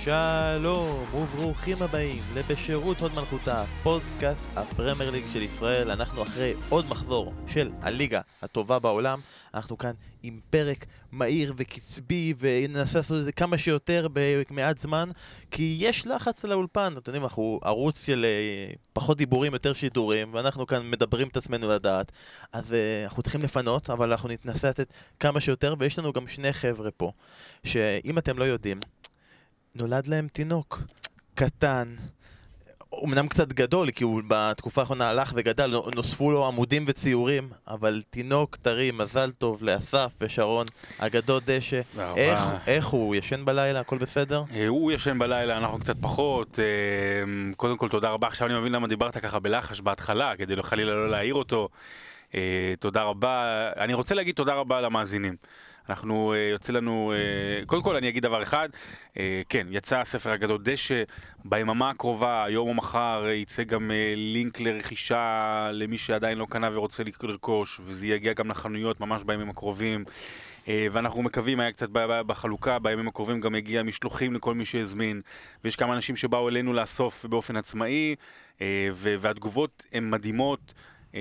שלום וברוכים הבאים לבשירות הוד מלכותה, פודקאסט הפרמייר ליג של ישראל. אנחנו אחרי עוד מחזור של הליגה הטובה בעולם. אנחנו כאן עם פרק מהיר וקצבי, וננסה לעשות את זה כמה שיותר במעט זמן, כי יש לחץ על האולפן. אתם יודעים, אנחנו ערוץ של פחות דיבורים, יותר שידורים, ואנחנו כאן מדברים את עצמנו לדעת. אז אנחנו צריכים לפנות, אבל אנחנו נתנסה לתת כמה שיותר, ויש לנו גם שני חבר'ה פה, שאם אתם לא יודעים, נולד להם תינוק קטן, אמנם קצת גדול, כי הוא בתקופה האחרונה הלך וגדל, נוספו לו עמודים וציורים, אבל תינוק טרי, מזל טוב לאסף ושרון, אגדות דשא. איך הוא ישן בלילה? הכל בסדר? הוא ישן בלילה, אנחנו קצת פחות. קודם כל תודה רבה, עכשיו אני מבין למה דיברת ככה בלחש בהתחלה, כדי חלילה לא להעיר אותו. תודה רבה. אני רוצה להגיד תודה רבה למאזינים. אנחנו יוצא לנו, קודם כל אני אגיד דבר אחד, כן, יצא הספר אגדות דשא, ביממה הקרובה, היום או מחר, יצא גם לינק לרכישה למי שעדיין לא קנה ורוצה לרכוש, וזה יגיע גם לחנויות ממש בימים הקרובים, ואנחנו מקווים, היה קצת בחלוקה, בימים הקרובים גם יגיע משלוחים לכל מי שהזמין, ויש כמה אנשים שבאו אלינו לאסוף באופן עצמאי, והתגובות הן מדהימות,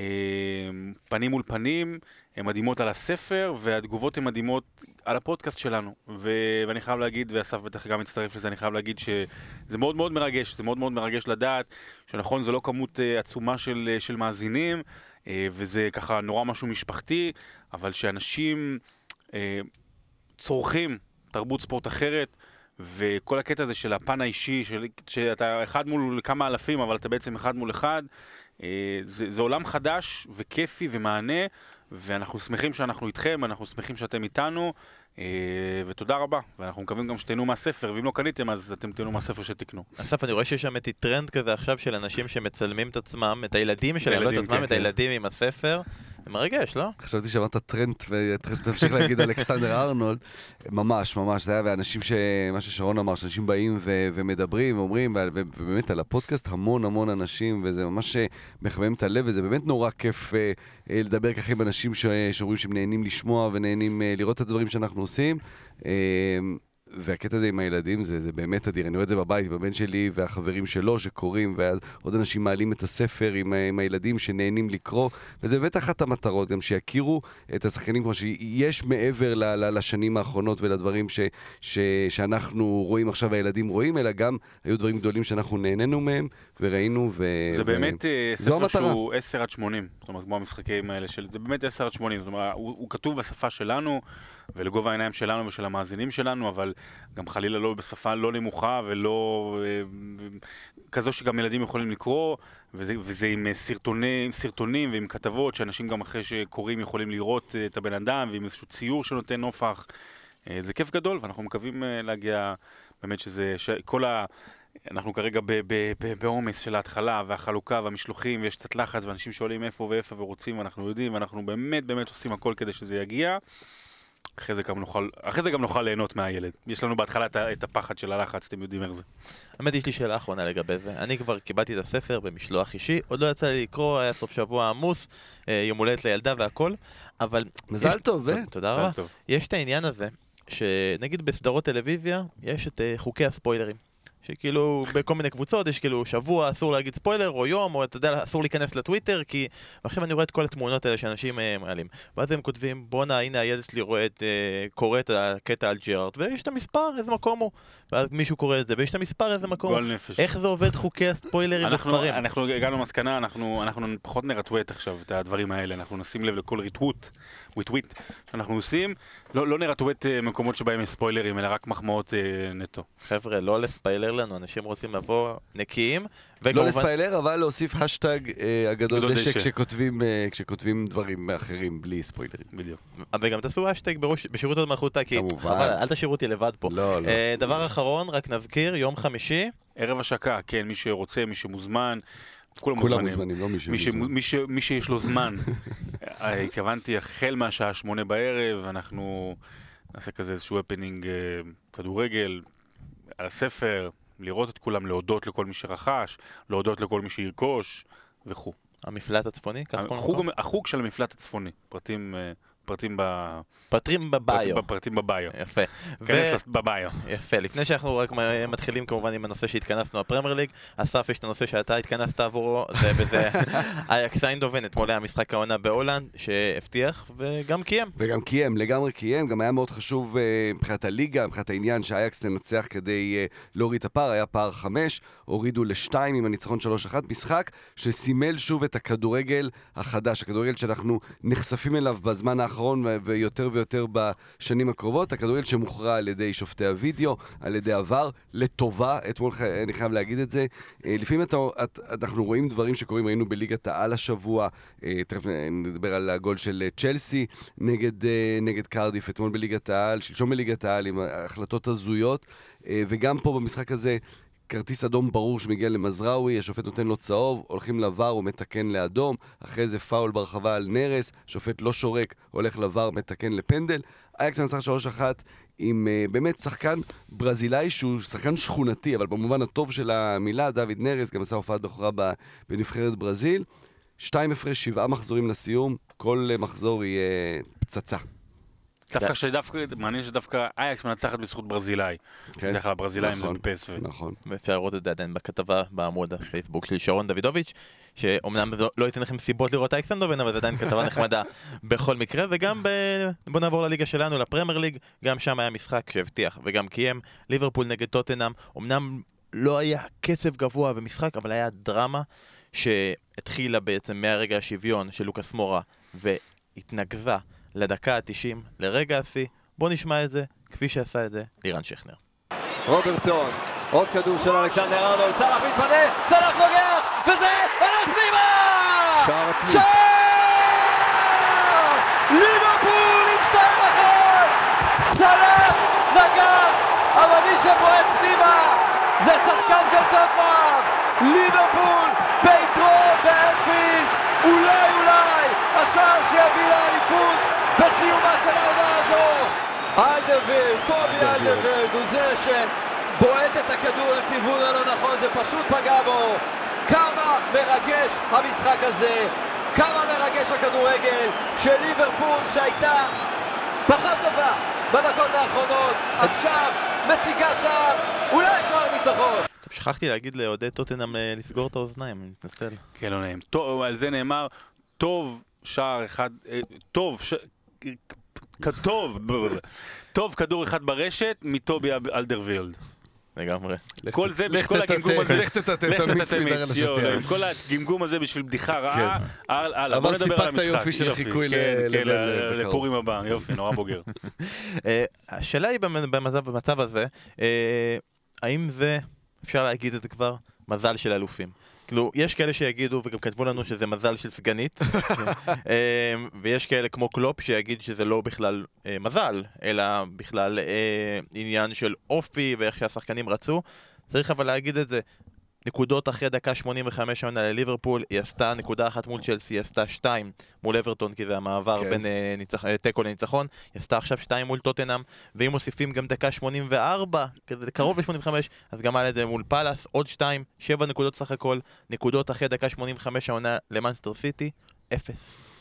פנים מול פנים, הן מדהימות על הספר, והתגובות הן מדהימות על הפודקאסט שלנו. ואני חייב להגיד, ואסף בטח גם מצטרף לזה, אני חייב להגיד שזה מאוד מאוד מרגש, זה מאוד מאוד מרגש לדעת, שנכון, זה לא כמות עצומה של מאזינים, וזה ככה נורא משהו משפחתי, אבל שאנשים צורכים תרבות ספורט אחרת, וכל הקטע הזה של הפן האישי, שאתה אחד מול כמה אלפים, אבל אתה בעצם אחד מול אחד, זה עולם חדש וכיפי ומענה, ואנחנו שמחים שאנחנו איתכם, אנחנו שמחים שאתם איתנו, ותודה רבה. ואנחנו מקווים גם שתהנו מהספר, ואם לא קניתם אז אתם תהנו מהספר שתקנו. אסף, אני רואה שיש שם טרנד כזה עכשיו של אנשים שמצלמים את עצמם, את הילדים שלהם, לא את עצמם, את הילדים עם הספר. זה מרגש, לא? חשבתי שאמרת טרנד, ותמשיך להגיד אלכסנדר ארנולד. ממש, ממש, זה היה, ואנשים מה ששרון אמר, שאנשים באים ומדברים ואומרים, ובאמת על הפודקאסט המון המון אנשים, וזה ממש מחמם את הלב, וזה באמת נורא כיף לדבר ככה עם אנשים שאומרים שהם נהנים לשמוע ונהנים לראות את הדברים שאנחנו עושים. והקטע הזה עם הילדים זה באמת אדיר. אני רואה את זה בבית, בבן שלי והחברים שלו שקוראים, ואז עוד אנשים מעלים את הספר עם הילדים שנהנים לקרוא, וזה באמת אחת המטרות, גם שיכירו את השחקנים כמו שיש מעבר לשנים האחרונות ולדברים שאנחנו רואים עכשיו והילדים רואים, אלא גם היו דברים גדולים שאנחנו נהנינו מהם וראינו. זה באמת ספר שהוא 10-80, זאת אומרת, כמו המשחקים האלה זה באמת 10-80, זאת אומרת, הוא כתוב בשפה שלנו ולגובה העיניים שלנו ושל המאזינים שלנו, אבל גם חלילה לא בשפה לא נמוכה ולא כזו שגם ילדים יכולים לקרוא, וזה עם סרטונים ועם כתבות שאנשים גם אחרי שקוראים יכולים לראות את הבן אדם, ועם איזשהו ציור שנותן נופח. זה כיף גדול, ואנחנו מקווים להגיע באמת אנחנו כרגע בעומס של ההתחלה והחלוקה והמשלוחים, ויש קצת לחץ ואנשים שואלים איפה ואיפה ורוצים, ואנחנו יודעים, ואנחנו באמת עושים הכל כדי שזה יגיע. אחרי זה גם נוכל ליהנות מהילד. יש לנו בהתחלה את הפחד של הלחץ, אתם יודעים איך זה. האמת, יש לי שאלה אחרונה לגבי זה. אני כבר קיבלתי את הספר במשלוח אישי, עוד לא יצא לי לקרוא, היה סוף שבוע עמוס, יום הולדת לילדה והכל, אבל... מזל טוב, תודה רבה. יש את העניין הזה, שנגיד בסדרות טלוויזיה, יש את חוקי הספוילרים. שכאילו בכל מיני קבוצות יש כאילו שבוע אסור להגיד ספוילר או יום, או אתה יודע, אסור להיכנס לטוויטר, כי עכשיו אני רואה את כל התמונות האלה שאנשים מעלים, ואז הם כותבים, בואנה, הנה הילד שלי קורא את הקטע על ג'רארד, ויש את המספר, איזה מקום הוא, ואז מישהו קורא את זה, ויש את המספר, איזה מקום הוא. איך זה עובד חוקי הספוילרים בספרים? אנחנו הגענו למסקנה, אנחנו פחות נרטווט עכשיו את הדברים האלה, אנחנו נשים לב לכל ריטוויט שאנחנו עושים, לא נרטווט מקומות שבהם יש ספוילרים, אלא רק מחמאות נטו. חבר'ה, לא לספיילר לנו, אנשים רוצים לבוא נקיים. לא לספיילר, אבל להוסיף השטג אגדות דשא כשכותבים דברים אחרים בלי ספוילרים. בדיוק. וגם תעשו השטג בשירות הוד מלכותה, כי חבל, אל תשאירו אותי לבד פה. לא. דבר אחרון, רק נזכיר, יום חמישי. ערב השקה, כן, מי שרוצה, מי שמוזמן. כולם מוזמנים, לא מי שיש לו זמן. התכוונתי, החל מהשעה 8 בערב, אנחנו נעשה כזה איזשהו הפנינג כדורגל, על הספר, לראות את כולם, להודות לכל מי שרכש, להודות לכל מי שירכוש, וכו'. המפלט הצפוני? החוג של המפלט הצפוני, בפרטים בביו. בפרטים בביו. יפה. כנס בביו. יפה. לפני שאנחנו רק מתחילים כמובן עם הנושא שהתכנסנו, הפרמייר ליג, אסף, יש את הנושא שאתה התכנסת עבורו, וזה אייקס איינדהובן, אתמול היה משחק העונה בהולנד, שהבטיח וגם קיים. וגם קיים, לגמרי קיים, גם היה מאוד חשוב מבחינת הליגה, מבחינת העניין שהאייקס תנצח כדי להוריד את הפער, היה פער 5, הורידו ל2 עם הניצחון 3-1, משחק שסימל שוב את הכדורגל החדש, הכדורגל שאנחנו נחשפים אליו בזמן האחרון ויותר ויותר בשנים הקרובות, הכדורגל שמוכרע על ידי שופטי הוידאו, על ידי עבר, לטובה, אתמול אני חייב להגיד את זה, לפעמים אנחנו רואים דברים שקורים, ראינו בליגת העל השבוע, תכף נדבר על הגול של צ'לסי נגד קרדיף, אתמול בליגת העל, שלשום בליגת העל עם החלטות הזויות, וגם פה במשחק הזה, כרטיס אדום ברור שמגיע למזראוי, השופט נותן לו צהוב, הולכים לבר, הוא מתקן לאדום, אחרי זה פאול ברחבה על נרס, שופט לא שורק, הולך לבר, מתקן לפנדל. אייקס מנצח 3-1 עם באמת שחקן ברזילאי שהוא שחקן שכונתי, אבל במובן הטוב של המילה, דוד נרס, גם עשה הופעת בכורה בנבחרת ברזיל. 2 הפרש, 7 מחזורים לסיום, כל מחזור יהיה פצצה. מעניין שדווקא אייקס מנצחת בזכות ברזילאי. בדרך כלל הברזילאים זה בפס. נכון. ואפשר לראות את זה עדיין בכתבה בעמוד הפייסבוק של שרון דוידוביץ', שאומנם לא ייתן לכם סיבות לראות אייקס איינדהובן, אבל זה עדיין כתבה נחמדה בכל מקרה, וגם בוא נעבור לליגה שלנו, לפרמייר ליג, גם שם היה משחק שהבטיח וגם קיים, ליברפול נגד טוטנהאם, אמנם לא היה קצב גבוה במשחק, אבל היה דרמה שהתחילה בעצם מהרגע השוויון של לוקאס מורה, והתנגבה לדקה ה-90, לרגע השיא. בוא נשמע את זה, כפי שעשה את זה לירן שכנר. רוברטסון, עוד כדור של אלכסנדר ארנולד, סלאח מתפנה, סלאח נוגח, וזה הולך פנימה! שער עצמי. שער! ליברפול עם 2-1! סלאח נגח, אבל מי שבועט פנימה זה שחקן של טוטנהאם! ליברפול ביתרון באנפילד, אולי השער שיביא לאליפות בסיומה של העונה הזו. אלדרווירלד, טובי אלדרווירלד הוא זה שבועט את הכדור לכיוון הלא נכון, זה פשוט פגע בו. כמה מרגש המשחק הזה, כמה מרגש הכדורגל של ליברפול שהייתה פחות טובה בדקות האחרונות, עכשיו משיגה שער, אולי שער ניצחון. שכחתי להגיד לעודד טוטנהאם לסגור את האוזניים, אני מתנצל. כן, לא נעים. על זה נאמר, טוב שער אחד, טוב כדור אחד ברשת מטובי אלדרווירלד. לגמרי. כל זה בשביל הגמגום הזה. לך תטטה את המיץ מדרן השתייה. עם כל הגמגום הזה בשביל בדיחה רעה. בוא נדבר על המשחק. סיפקת יופי של חיקוי לפורים הבא. יופי, נורא בוגר. השאלה היא במצב הזה, האם זה, אפשר להגיד את זה כבר, מזל של אלופים? כאילו, יש כאלה שיגידו, וגם כתבו לנו שזה מזל של סגנית, ויש כאלה כמו קלופ שיגיד שזה לא בכלל מזל, אלא בכלל עניין של אופי ואיך שהשחקנים רצו. צריך אבל להגיד את זה, נקודות אחרי דקה 85 העונה לליברפול, היא עשתה נקודה אחת מול צ'לסי, היא עשתה 2 מול אברטון, כי זה המעבר בין תיקו לניצחון, היא עשתה עכשיו 2 מול טוטנהאם, ואם מוסיפים גם דקה 84, כזה קרוב ל-85, אז גם על זה מול פלאס, עוד 2, 7 נקודות סך הכל, נקודות אחרי דקה 85 העונה למאנסטר סיטי, 0.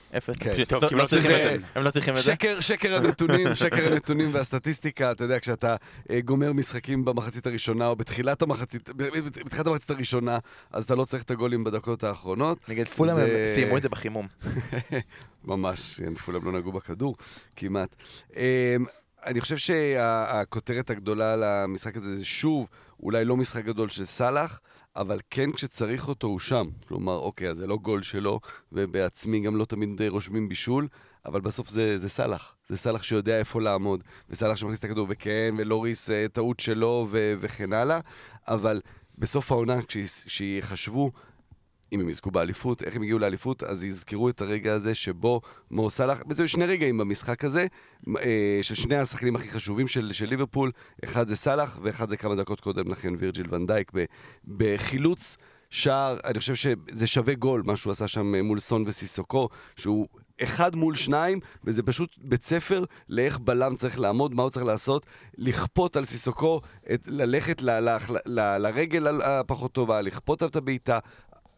הם לא צריכים את זה. שקר הנתונים והסטטיסטיקה, אתה יודע, כשאתה גומר משחקים במחצית הראשונה או בתחילת המחצית הראשונה, אז אתה לא צריך את הגולים בדקות האחרונות. נגד פולאם הם סיימו את זה בחימום. ממש, פולאם לא נגעו בכדור, כמעט. אני חושב שהכותרת הגדולה למשחק הזה זה שוב, אולי לא משחק גדול של סלאח, אבל כן כשצריך אותו הוא שם. כלומר, אוקיי, אז זה לא גול שלו, ובעצמי גם לא תמיד רושמים בישול, אבל בסוף זה סלאח. זה סלאח שיודע איפה לעמוד, וסלאח שמכניס את הכדור, וכן, ולוריס טעות שלו, וכן הלאה. אבל בסוף העונה, כשיחשבו, אם הם יזכו באליפות, איך הם הגיעו לאליפות, אז יזכרו את הרגע הזה שבו מו סלאח, בעצם שני רגעים במשחק הזה, של שני השחקנים הכי חשובים של ליברפול, אחד זה סלאח, ואחד זה כמה דקות קודם לכן וירג'יל ון דייק, בחילוץ שער, אני חושב שזה שווה גול, מה שהוא עשה שם מול סון וסיסוקו, שהוא 1 מול 2, וזה פשוט בית ספר לאיך בלם צריך לעמוד, מה הוא צריך לעשות, לכפות על סיסוקו, ללכת לרגל הפחות טובה, לכפות על את הביתה,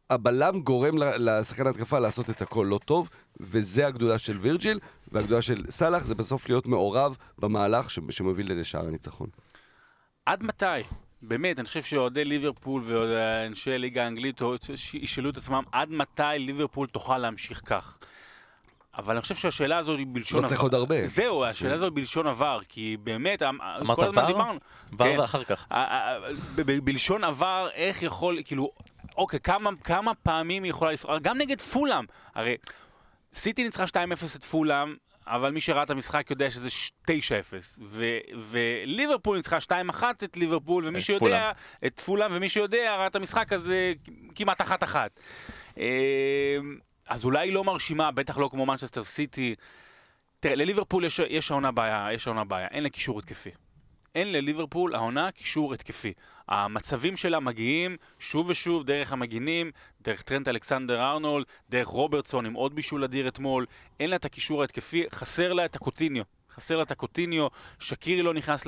הבלם גורם לשחקן ההתקפה לעשות את הכל לא טוב, וזה הגדולה של וירג'יל, והגדולה של סלאח זה בסוף להיות מעורב במהלך שמוביל לשער הניצחון. עד מתי? באמת, אני חושב שאוהדי ליברפול ואנשי ליגה האנגלית ישאלו את עצמם עד מתי ליברפול תוכל להמשיך כך. אבל אני חושב שהשאלה הזו היא בלשון עבר. לא צריך עוד הרבה. זהו, השאלה הזו היא בלשון עבר, כי באמת, אמרת עבר? עבר ואחר כך. בלשון עבר, איך יכול, כאילו, אוקיי, כמה פעמים היא יכולה לסחור, גם נגד פולאם, הרי סיטי ניצחה 2-0 את פולאם, אבל מי שראה את המשחק יודע שזה 9-0, וליברפול ניצחה 2-1 את ליברפול, ומי שיודע, את פולאם, ומי שיודע ראה את המשחק הזה כמעט 1-1. אז אולי היא לא מרשימה, בטח לא כמו מנצ'סטר סיטי. תראה, לליברפול יש העונה בעיה, אין לה קישור התקפי. אין לליברפול העונה קישור התקפי. המצבים שלה מגיעים שוב ושוב דרך המגינים, דרך טרנט אלכסנדר ארנולד, דרך רוברטסון עם עוד בישול אדיר אתמול. אין לה את הקישור ההתקפי, חסר לה את הקוטיניו. שקירי לא נכנס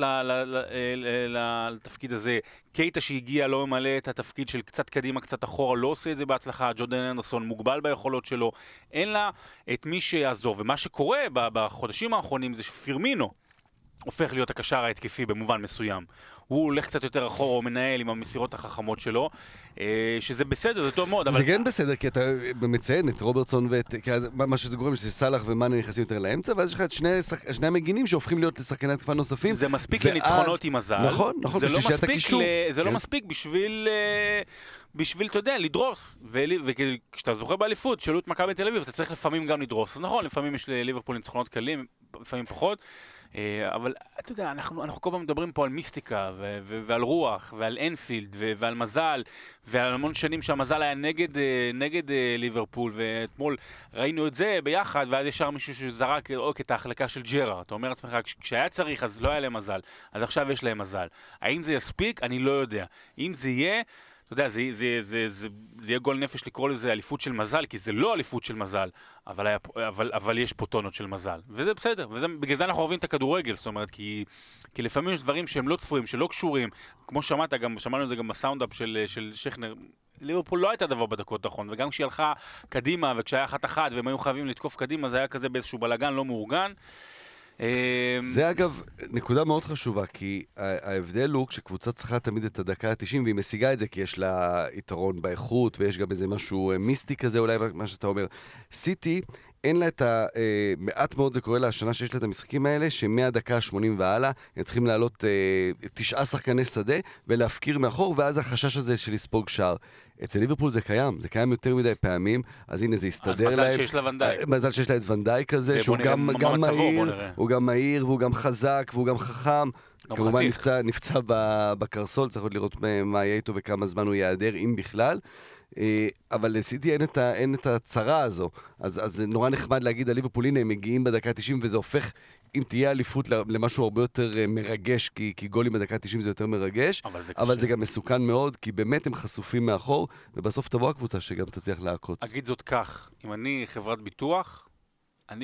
לתפקיד הזה, קייטה שהגיע לא ממלא את התפקיד של קצת קדימה, קצת אחורה, לא עושה את זה בהצלחה, ג'ורדן אנדרסון מוגבל ביכולות שלו, אין לה את מי שיעזור, ומה שקורה בחודשים האחרונים זה שפירמינו הופך להיות הקשר ההתקפי במובן מסוים. הוא הולך קצת יותר אחורה, הוא מנהל עם המסירות החכמות שלו, שזה בסדר, זה טוב מאוד. זה כן בסדר, כי אתה מציין את רוברטסון מה שזה גורם, שסלאח ומאנה נכנסים יותר לאמצע, ואז יש לך את שני המגינים שהופכים להיות לשחקני התקפה נוספים. זה מספיק לניצחונות עם מזל. נכון, בשבישת הקישור. זה לא מספיק בשביל, אתה יודע, לדרוס. וכשאתה זוכר באליפות, שאלו את מכבי תל אביב, אתה צריך לפעמים גם לדרוס. אז נכון, לפעמים יש לליברפול ניצחונות קלים, לפעמים פחות. אבל אתה יודע, אנחנו כל פעם מדברים פה על מיסטיקה ועל רוח ועל אנפילד ועל מזל ועל המון שנים שהמזל היה נגד ליברפול, ואתמול ראינו את זה ביחד, ואז ישר מישהו שזרק את ההחלקה של ג'רה. אתה אומר לעצמך, כשהיה צריך אז לא היה להם מזל, אז עכשיו יש להם מזל. האם זה יספיק? אני לא יודע. אם זה יהיה, אתה יודע, זה יהיה גול נפש לקרוא לזה אליפות של מזל, כי זה לא אליפות של מזל, אבל יש פה טונות של מזל. וזה בסדר, בגלל זה אנחנו אוהבים את הכדורגל, זאת אומרת, כי לפעמים יש דברים שהם לא צפויים, שלא קשורים, כמו שמעת, שמענו את זה גם בסאונדאפ של שכנר, ליברפול לא הייתה דבר בדקות האחרון, וגם כשהיא הלכה קדימה, וכשהיה 1-1, והם היו חייבים לתקוף קדימה, זה היה כזה באיזשהו בלגן לא מאורגן. זה אגב נקודה מאוד חשובה, כי ההבדל הוא כשקבוצה צריכה תמיד את הדקה ה-90, והיא משיגה את זה כי יש לה יתרון באיכות, ויש גם איזה משהו מיסטי כזה, אולי מה שאתה אומר. סיטי, אין לה את מעט מאוד זה קורה לה השנה שיש לה את המשחקים האלה, שמהדקה ה-80 והלאה, הם צריכים לעלות 9 שחקני שדה, ולהפקיר מאחור, ואז החשש הזה של לספוג שער. אצל ליברפול זה קיים יותר מדי פעמים, אז הנה זה יסתדר להם. אז מזל שיש לה ונדייק. מזל שיש לה את ונדייק הזה, שהוא גם מהיר, והוא גם חזק, והוא גם חכם. כמובן נפצע בקרסול, צריך עוד לראות מה יהיה איתו וכמה זמן הוא יעדר, אם בכלל. אבל לסיטי אין את הצרה הזו. אז זה נורא נחמד להגיד על ליברפול, הנה הם מגיעים בדקה 90, וזה הופך, אם תהיה אליפות, למשהו הרבה יותר מרגש, כי גולים בדקה 90 זה יותר מרגש, אבל זה גם מסוכן מאוד, כי באמת הם חשופים מאחור, ובסוף תבוא הקבוצה שגם תצליח לעקוץ. אגיד זאת כך, אם אני חברת ביטוח, אני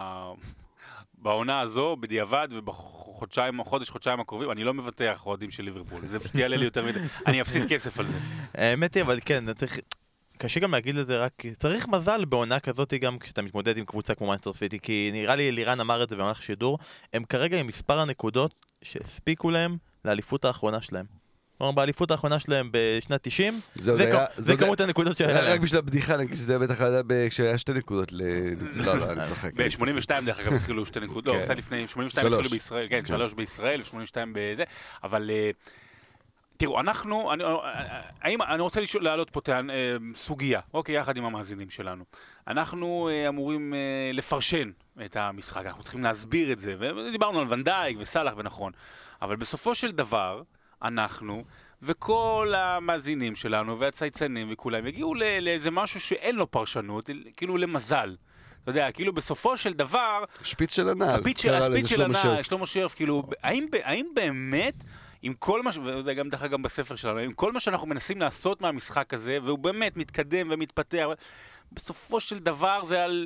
בעונה הזו, בדיעבד, חודשיים הקרובים, אני לא מבטח אוהדים של ליברפול, זה פשוט יעלה לי יותר מדי, אני אפסיד כסף על זה. האמת היא, אבל כן, קשה גם להגיד לזה, רק צריך מזל בעונה כזאת גם כשאתה מתמודד עם קבוצה כמו מנצ'סטר סיטי, כי נראה לי לירן אמר את זה במהלך שידור, הם כרגע עם מספר הנקודות שהספיקו להם לאליפות האחרונה שלהם. כלומר, באליפות האחרונה שלהם בשנת 90, זה כמות הנקודות שהיה להם. רק בשביל הבדיחה, אני חושב שזה בטח כשהיה 2 נקודות לא, אני צוחק. ב-82 דרך אגב התחילו 2 נקודות, לא, קצת לפני, 82 התחילו בישראל, כן, 3 בישראל, 82 בזה, אבל תראו, אני רוצה להעלות פה סוגיה, אוקיי, יחד עם המאזינים שלנו. אנחנו אמורים לפרשן את המשחק, אנחנו צריכים להסביר את זה, ודיברנו על ונדייק וסלאח ונכון, אבל בסופו של דבר, אנחנו וכל המאזינים שלנו והצייצנים וכולם הגיעו לאיזה משהו שאין לו פרשנות, כאילו למזל. אתה יודע, כאילו בסופו של דבר... שפיץ של הנעל. השפיץ של הנעל, שלמה שרף, כאילו, האם באמת, עם כל מה, וזה גם דרך אגב בספר שלנו, עם כל מה שאנחנו מנסים לעשות מהמשחק הזה, והוא באמת מתקדם ומתפתח, בסופו של דבר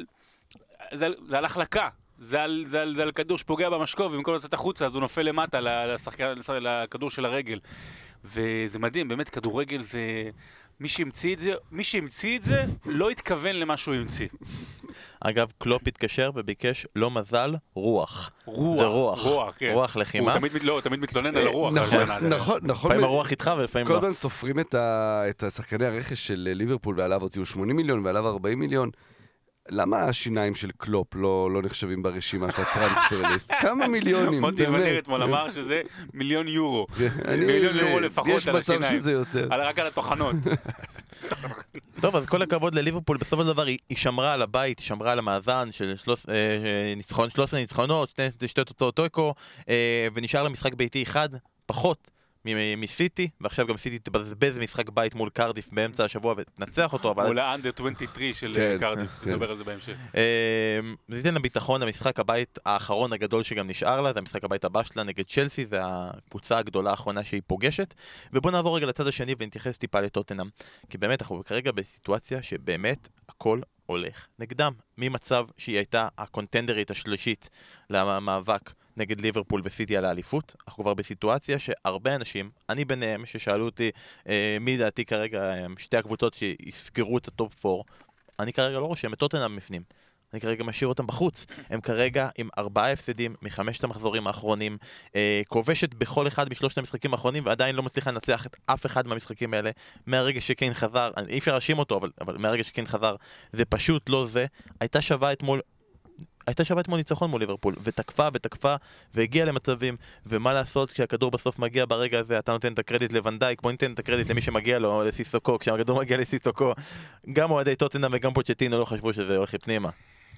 זה על החלקה. זה על כדור שפוגע במשקוף, ובמקום לצאת החוצה, אז הוא נופל למטה לכדור של הרגל. וזה מדהים, באמת, כדורגל זה מי שהמציא את זה לא התכוון למה שהוא המציא. אגב, קלופ התקשר וביקש לא מזל, רוח. רוח. זה רוח. כן. רוח לחימה. הוא תמיד מתלונן על הרוח. נכון. לפעמים הרוח איתך ולפעמים כל לא. הזמן סופרים את השחקני הרכש של ליברפול, ועליו הוציאו 80 מיליון ועליו 40 מיליון. למה השיניים של קלופ לא נחשבים ברשימה של הטרנספר ליסט? כמה מיליונים? מוטי וניר אתמול אמר שזה מיליון יורו. מיליון יורו לפחות על השיניים. יש מצב שזה יותר. רק על התוכנות. טוב, אז כל הכבוד לליברפול, בסופו של דבר היא שמרה על הבית, היא שמרה על המאזן של 13 ניצחונות, שתי תוצאות תיקו, ונשאר לה משחק ביתי אחד, פחות מסיטי, ועכשיו גם סיטי תבזבז משחק בית מול קרדיף באמצע השבוע ותנצח אותו, אבל... מול האנדר 23 של קרדיף, תדבר על זה בהמשך. זה ייתן לביטחון המשחק הבית האחרון הגדול שגם נשאר לה, זה המשחק הבית הבא שלה נגד צ'לסי, זה הקבוצה הגדולה האחרונה שהיא פוגשת, ובוא נעבור רגע לצד השני ונתייחס טיפה לטוטנהאם, כי באמת אנחנו כרגע בסיטואציה שבאמת הכל הולך נגדם, ממצב שהיא הייתה הקונטנדרית השלישית למאבק נגד ליברפול וסיטי על האליפות. אנחנו כבר בסיטואציה שהרבה אנשים, אני ביניהם, ששאלו אותי מי דעתי כרגע שתי הקבוצות שיסגרו את הטופ 4, אני כרגע לא רושם את טוטנהאם בפנים. אני כרגע משאיר אותם בחוץ. הם כרגע עם 4 הפסדים מחמשת המחזורים האחרונים, כובשת בכל אחד משלושת המשחקים האחרונים, ועדיין לא מצליחה לנצח את אף אחד מהמשחקים האלה. מהרגע שקיין חזר, אי אפשר להאשים אותו, אבל מהרגע שקיין חזר, זה פשוט לא זה. הייתה שווה אתמול ניצחון מול ליברפול, ותקפה, והגיעה למצבים, ומה לעשות כשהכדור בסוף מגיע ברגע הזה, אתה נותן את הקרדיט לוונדייק, בוא ניתן את הקרדיט למי שמגיע לו, לסיסוקו, כשהכדור מגיע לסיסוקו, גם אוהדי טוטנהאם וגם פוצ'טינו לא חשבו שזה הולך פנימה.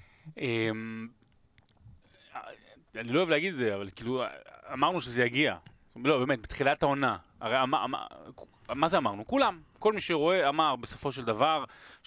אני לא אוהב להגיד את זה, אבל כאילו, אמרנו שזה יגיע. לא, באמת, בתחילת העונה. הרי מה זה אמרנו? כולם, כל מי שרואה אמר בסופו של דבר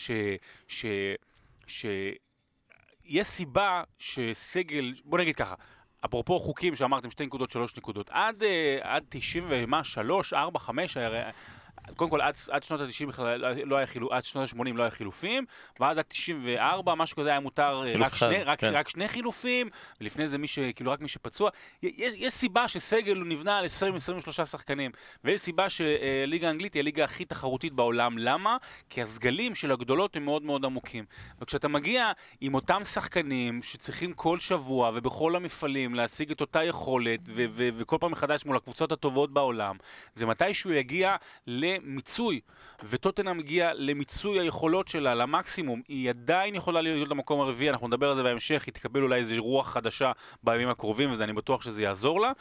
יש סיבה שסגל, בוא נגיד ככה, אפרופו חוקים שאמרתם 2 נקודות, 3 נקודות, עד 90 ומה, 3, 4, 5, קודם כל עד שנות ה-90 בכלל לא היה חילופים, עד שנות ה-80 לא היה חילופים, ואז עד 94, משהו כזה היה מותר רק 2 חילופים, ולפני זה רק מי שפצוע. יש סיבה שסגל הוא נבנה על 20-23 שחקנים, ויש סיבה שליגה האנגלית היא הליגה הכי תחרותית בעולם. למה? כי הסגלים של הגדולות הם מאוד מאוד עמוקים. וכשאתה מגיע עם אותם שחקנים שצריכים כל שבוע ובכל המפעלים להשיג את אותה יכולת, וכל פעם מחדש מול הקבוצות הטובות בעולם, זה מתישהו יגיע למיצוי, וטוטנהאם מגיע למיצוי היכולות שלה, למקסימום. היא עדיין יכולה להיות למקום הרביעי, אנחנו נדבר על זה בהמשך, היא תקבל אולי איזו רוח חדשה בימים הקרובים, ואני בטוח שזה יעזור לה.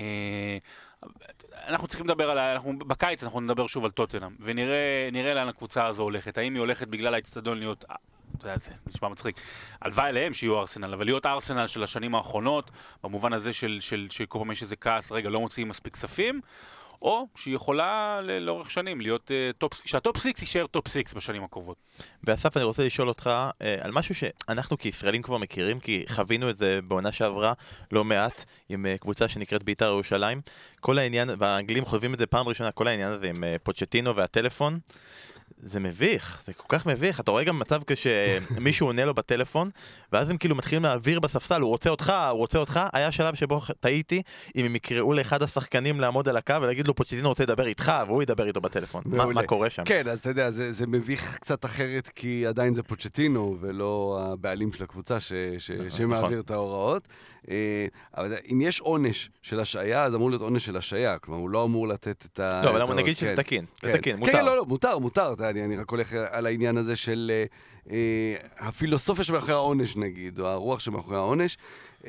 אנחנו צריכים לדבר על, בקיץ אנחנו נדבר שוב על טוטנהאם, ונראה לאן הקבוצה הזו הולכת. האם היא הולכת בגלל האצטדיון להיות, אתה יודע, זה נשמע מצחיק, הלוואי אליהם שיהיו ארסנל, אבל להיות ארסנל של השנים האחרונות, במובן הזה שכל פעם יש איזה כעס, רגע, לא מוציאים מספיק כספים, או שהיא יכולה לאורך שנים להיות שהטופ 6 יישאר טופ 6 בשנים הקרובות. ואסף, אני רוצה לשאול אותך על משהו שאנחנו כישראלים כבר מכירים, כי חווינו את זה בעונה שעברה לא מעט עם קבוצה שנקראת בית"ר ירושלים. כל העניין, והאנגלים חושבים את זה פעם ראשונה, כל העניין הזה עם פוצ'טינו והטלפון, זה מביך, זה כל כך מביך. אתה רואה גם מצב כשמישהו עונה לו בטלפון, ואז הם כאילו מתחילים להעביר בספסל, הוא רוצה אותך. היה שלב שבו טעיתי, אם הם יקראו לאחד השחקנים לעמוד על הקו ולהגיד לו פוצ'טינו רוצה לדבר איתך, והוא ידבר איתו בטלפון. מה קורה שם? כן, אז אתה יודע, זה מביך קצת אחרת, כי עדיין זה פוצ'טינו, ולא הבעלים של הקבוצה שמעביר את ההוראות. אבל אם יש עונש של השעיה, אז אמור להיות עונש של השעיה, כלומר, הוא לא אמור לתת את ה... לא, אבל נגיד שזה תקין, מותר. כן, לא, מותר. אני רק הולך על העניין הזה של הפילוסופיה שמאחורי העונש, נגיד, או הרוח שמאחורי העונש.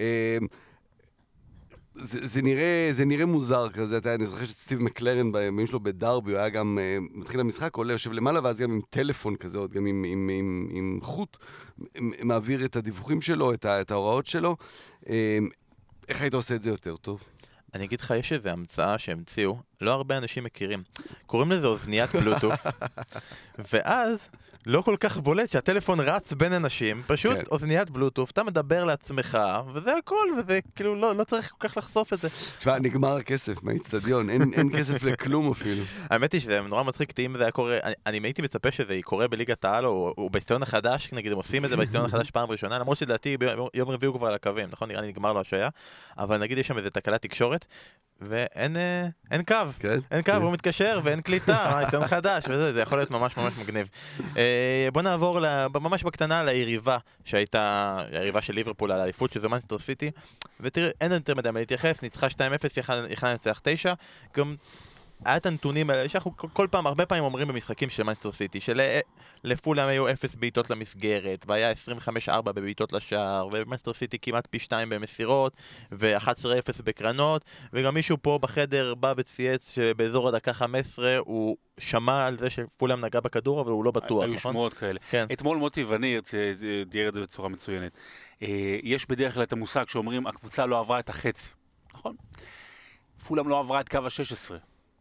זה נראה מוזר כזה, אני זוכר שסטיב מקלרן בימים שלו בדרבי, הוא היה גם מתחיל המשחק, עולה, יושב למעלה, ואז גם עם טלפון כזה, עוד גם עם חוט, מעביר את הדיווחים שלו, את ההוראות שלו. איך היית עושה את זה יותר טוב? אני אגיד לך, יש איזו המצאה שהמציאו, לא הרבה אנשים מכירים. קוראים לזה אוזניית בלוטוף, ואז לא כל כך בולט שהטלפון רץ בין אנשים, פשוט אוזניית בלוטוף, אתה מדבר לעצמך, וזה הכל, וזה כאילו לא צריך כל כך לחשוף את זה. תשמע, נגמר הכסף מהאצטדיון, אין כסף לכלום אפילו. האמת היא שזה נורא מצחיק, אם זה היה קורה, אני הייתי מצפה שזה יקורה בליגת העל, או באצטדיון החדש, נגיד, הם עושים את זה באצטדיון החדש פעם ראשונה, למרות שדעתי יום רביעי הוא כבר על הקווים, נכון? נראה לי נגמר לו השעיה, אבל נגיד יש שם איזה תקלת תקשורת, ואין קו. כן? אין קו, הוא מתקשר ואין קליטה, עיתון חדש, וזה, זה יכול להיות ממש ממש מגניב. בוא נעבור ממש בקטנה ליריבה שהייתה, היריבה של ליברפול על האליפות, שזה מנצ'סטר סיטי, ותראה, אין יותר מדי מה להתייחס, ניצחה 2-0, יכלה לנצח 9, גם היה את הנתונים האלה, שאנחנו כל פעם, הרבה פעמים אומרים במשחקים של מנצ'סטר סיטי, שלפולהאם היו 0 בעיטות למסגרת, והיה 25-4 בבעיטות לשער, ומנצ'סטר סיטי כמעט פי 2 במסירות, ו-11-0 בקרנות, וגם מישהו פה בחדר בא וצייץ שבאזור הדקה 15 הוא שמע על זה שפולהאם נגע בכדור, אבל הוא לא בטוח, היו נכון? שמועות כאלה. כן. אתמול מוטי וניר תיאר את זה בצורה מצוינת. יש בדרך כלל את המושג שאומרים, הקבוצה לא עברה את החצי. נכון? פולהאם לא עברה את קו ה-16.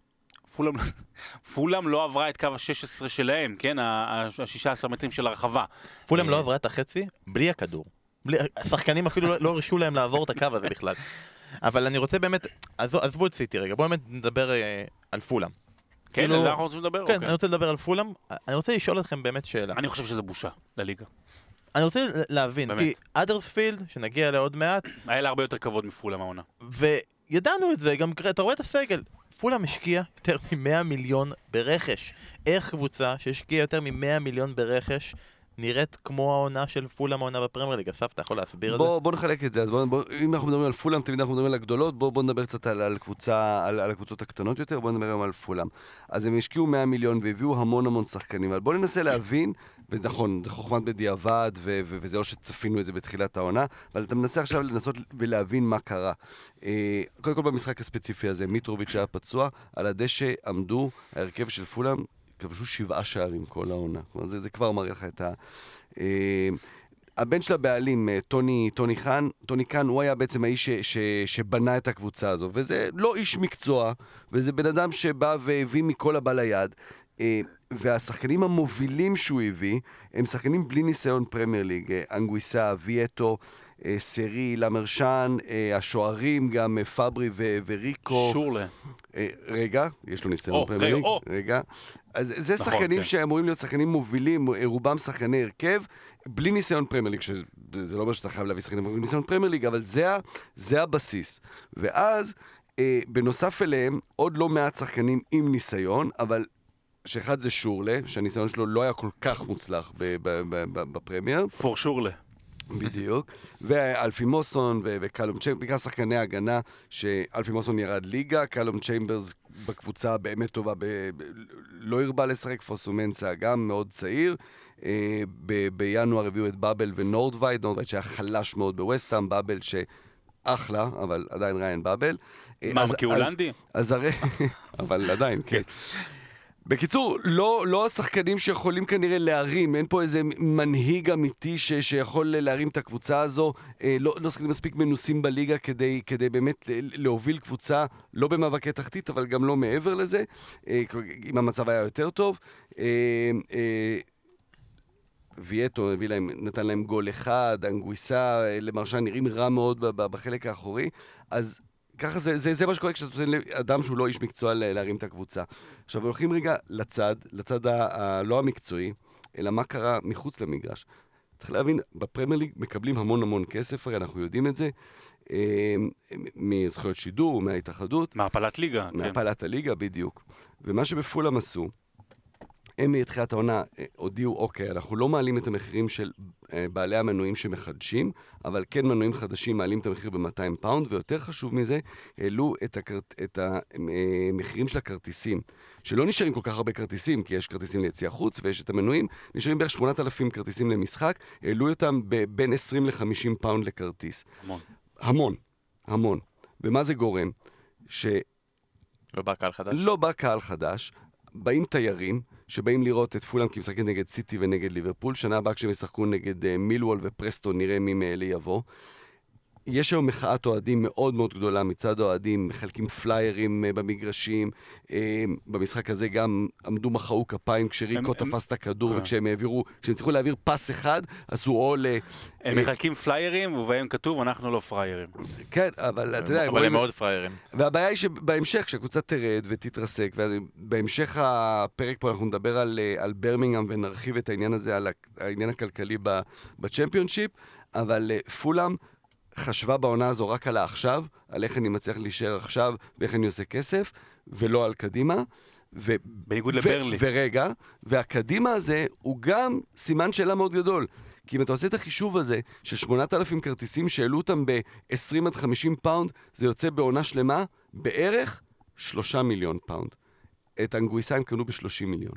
פולהאם לא עברה את קו ה-16 שלהם, כן? ה-16 מטרים של הרחבה. פולהאם לא עברה את החצי בלי הכדור. השחקנים אפילו לא הרשו להם לעבור את הקו הזה בכלל. אבל אני רוצה באמת, עזבו את סיטי רגע, בואו באמת נדבר על פולהאם. כן, על זה אנחנו רוצים לדבר? כן, אני רוצה לדבר על פולהאם. אני רוצה לשאול אתכם באמת שאלה. אני חושב שזה בושה לליגה. אני רוצה להבין, כי אדרספילד, שנגיע לעוד מעט, היה לה הרבה יותר כבוד מפולהאם העונה. וידענו את זה, גם אתה רואה את הסגל. פולהאם השקיע יותר מ-100 מיליון ברכש. איך קבוצה שהשקיעה יותר מ-100 מיליון ברכש נראית כמו העונה של פולהאם העונה בפרמייר ליג? אסף, אתה יכול להסביר את זה? בוא נחלק את זה. אז אם אנחנו מדברים על פולהאם, תמיד אנחנו מדברים על הגדולות, בוא נדבר קצת על הקבוצות הקטנות יותר, בוא נדבר גם על פולהאם. אז הם השקיעו 100 מיליון והביאו המון שחקנים, אבל בוא ננסה להבין, ונכון, זה חוכמת בדיעבד, וזה לא שצפינו את זה בתחילת העונה, אבל אתה מנסה עכשיו לנסות ולהבין מה קרה. קודם כל במשחק הספציפי הזה, מיטרוביץ' היה פצוע, על הדשא עמדו ההרכב של פולהאם, כבשו 7 שערים כל העונה. כלומר, זה כבר מראה לך את ה... הבן של הבעלים, טוני קאן, הוא היה בעצם האיש שבנה את הקבוצה הזו, וזה לא איש מקצוע, וזה בן אדם שבא והביא מכל הבא ליד, והשחקנים המובילים שהוא הביא, הם שחקנים בלי ניסיון פרמייר ליג, אנגוויסה, ויאטו, סרי, למרשן, השוערים, גם פאברי וריקו. שורלה. רגע, יש לו ניסיון פרמייר ליג. רגע. אז זה שחקנים שאמורים להיות שחקנים מובילים, רובם שחקני הרכב, בלי ניסיון פרמייר ליג, שזה לא אומר שאתה חייב להביא שחקנים בלי ניסיון פרמייר ליג, אבל זה הבסיס. ואז, בנוסף אליהם, עוד לא מעט שחקנים עם ניסיון, אבל שאחד זה שורלה, שהניסיון שלו לא היה כל כך מוצלח בפרמייר. פור שורלה. בדיוק. ואלפי מוסון וקלום צ'יימברס, בעיקר שחקני ההגנה, שאלפי מוסון ירד ליגה, קלום צ'יימברס בקבוצה באמת טובה, לא הרבה לשחק, פוסומנסה גם מאוד צעיר. בינואר הביאו את באבל ונורדווייד, נורדווייד שהיה חלש מאוד בווסטהאם, באבל שאחלה, אבל עדיין ריין באבל. מה, כי הולנדי? אז הרי, אבל עדיין, כן. בקיצור, לא השחקנים שיכולים כנראה להרים, אין פה איזה מנהיג אמיתי שיכול להרים את הקבוצה הזו, לא שחקנים מספיק מנוסים בליגה כדי באמת להוביל קבוצה, לא במאבקי תחתית, אבל גם לא מעבר לזה, אם המצב היה יותר טוב. ויאטו נתן להם גול אחד, אנגוויסה, למרשן נראים רע מאוד בחלק האחורי, אז ככה זה מה שקורה כשאתה נותן לאדם שהוא לא איש מקצוע להרים את הקבוצה. עכשיו, הולכים רגע לצד הלא המקצועי, אלא מה קרה מחוץ למגרש. צריך להבין, בפרמייר ליג מקבלים המון כסף, הרי אנחנו יודעים את זה, מזכויות שידור, מההתאחדות. מהפלת ליגה. מהפלת הליגה, בדיוק. ומה שבפולהאם עשו, הם מתחילת העונה הודיעו, אוקיי, אנחנו לא מעלים את המחירים של בעלי המנויים שמחדשים, אבל כן מנויים חדשים מעלים את המחיר ב-200 פאונד, ויותר חשוב מזה, העלו את המחירים של הכרטיסים, שלא נשארים כל כך הרבה כרטיסים, כי יש כרטיסים ליציאה חוץ, ויש את המנויים, נשארים בערך 8,000 כרטיסים למשחק, העלו אותם בין 20 ל-50 פאונד לכרטיס. המון. ומה זה גורם? לא בא קהל חדש? לא בא קהל חדש, באים תיירים, שבאים לראות את פולהאם כי משחקת נגד סיטי ונגד ליברפול, שנה הבאה כשהם ישחקו נגד מילוול ופרסטון, נראה מי מאלה יבוא. יש היום מחאת אוהדים מאוד מאוד גדולה מצד אוהדים, מחלקים פליירים במגרשים, במשחק הזה גם עמדו מחאו כפיים כשריקו תפס את הכדור, וכשהם צריכו להעביר פס אחד, עשו עול... הם מחלקים פליירים, ובהם כתוב, אנחנו לא פריירים. כן, אבל אתה יודע... אבל הם מאוד פריירים. והבעיה היא שבהמשך, כשהקבוצה תרד ותתרסק, ובהמשך הפרק פה אנחנו נדבר על ברמינגהאם, ונרחיב את העניין הזה, על העניין הכלכלי בצ'מפיונשיפ, אבל פולהאם חשבה בעונה הזו רק על העכשיו, על איך אני מצליח להישאר עכשיו, ואיך אני עושה כסף, ולא על קדימה. בניגוד לברלי. ורגע, והקדימה הזה הוא גם סימן שאלה מאוד גדול. כי אם אתה עושה את החישוב הזה של 8,000 כרטיסים שהעלו אותם ב-20 עד 50 פאונד, זה יוצא בעונה שלמה בערך 3 מיליון פאונד. את אנגוויסה הם קנו ב-30 מיליון.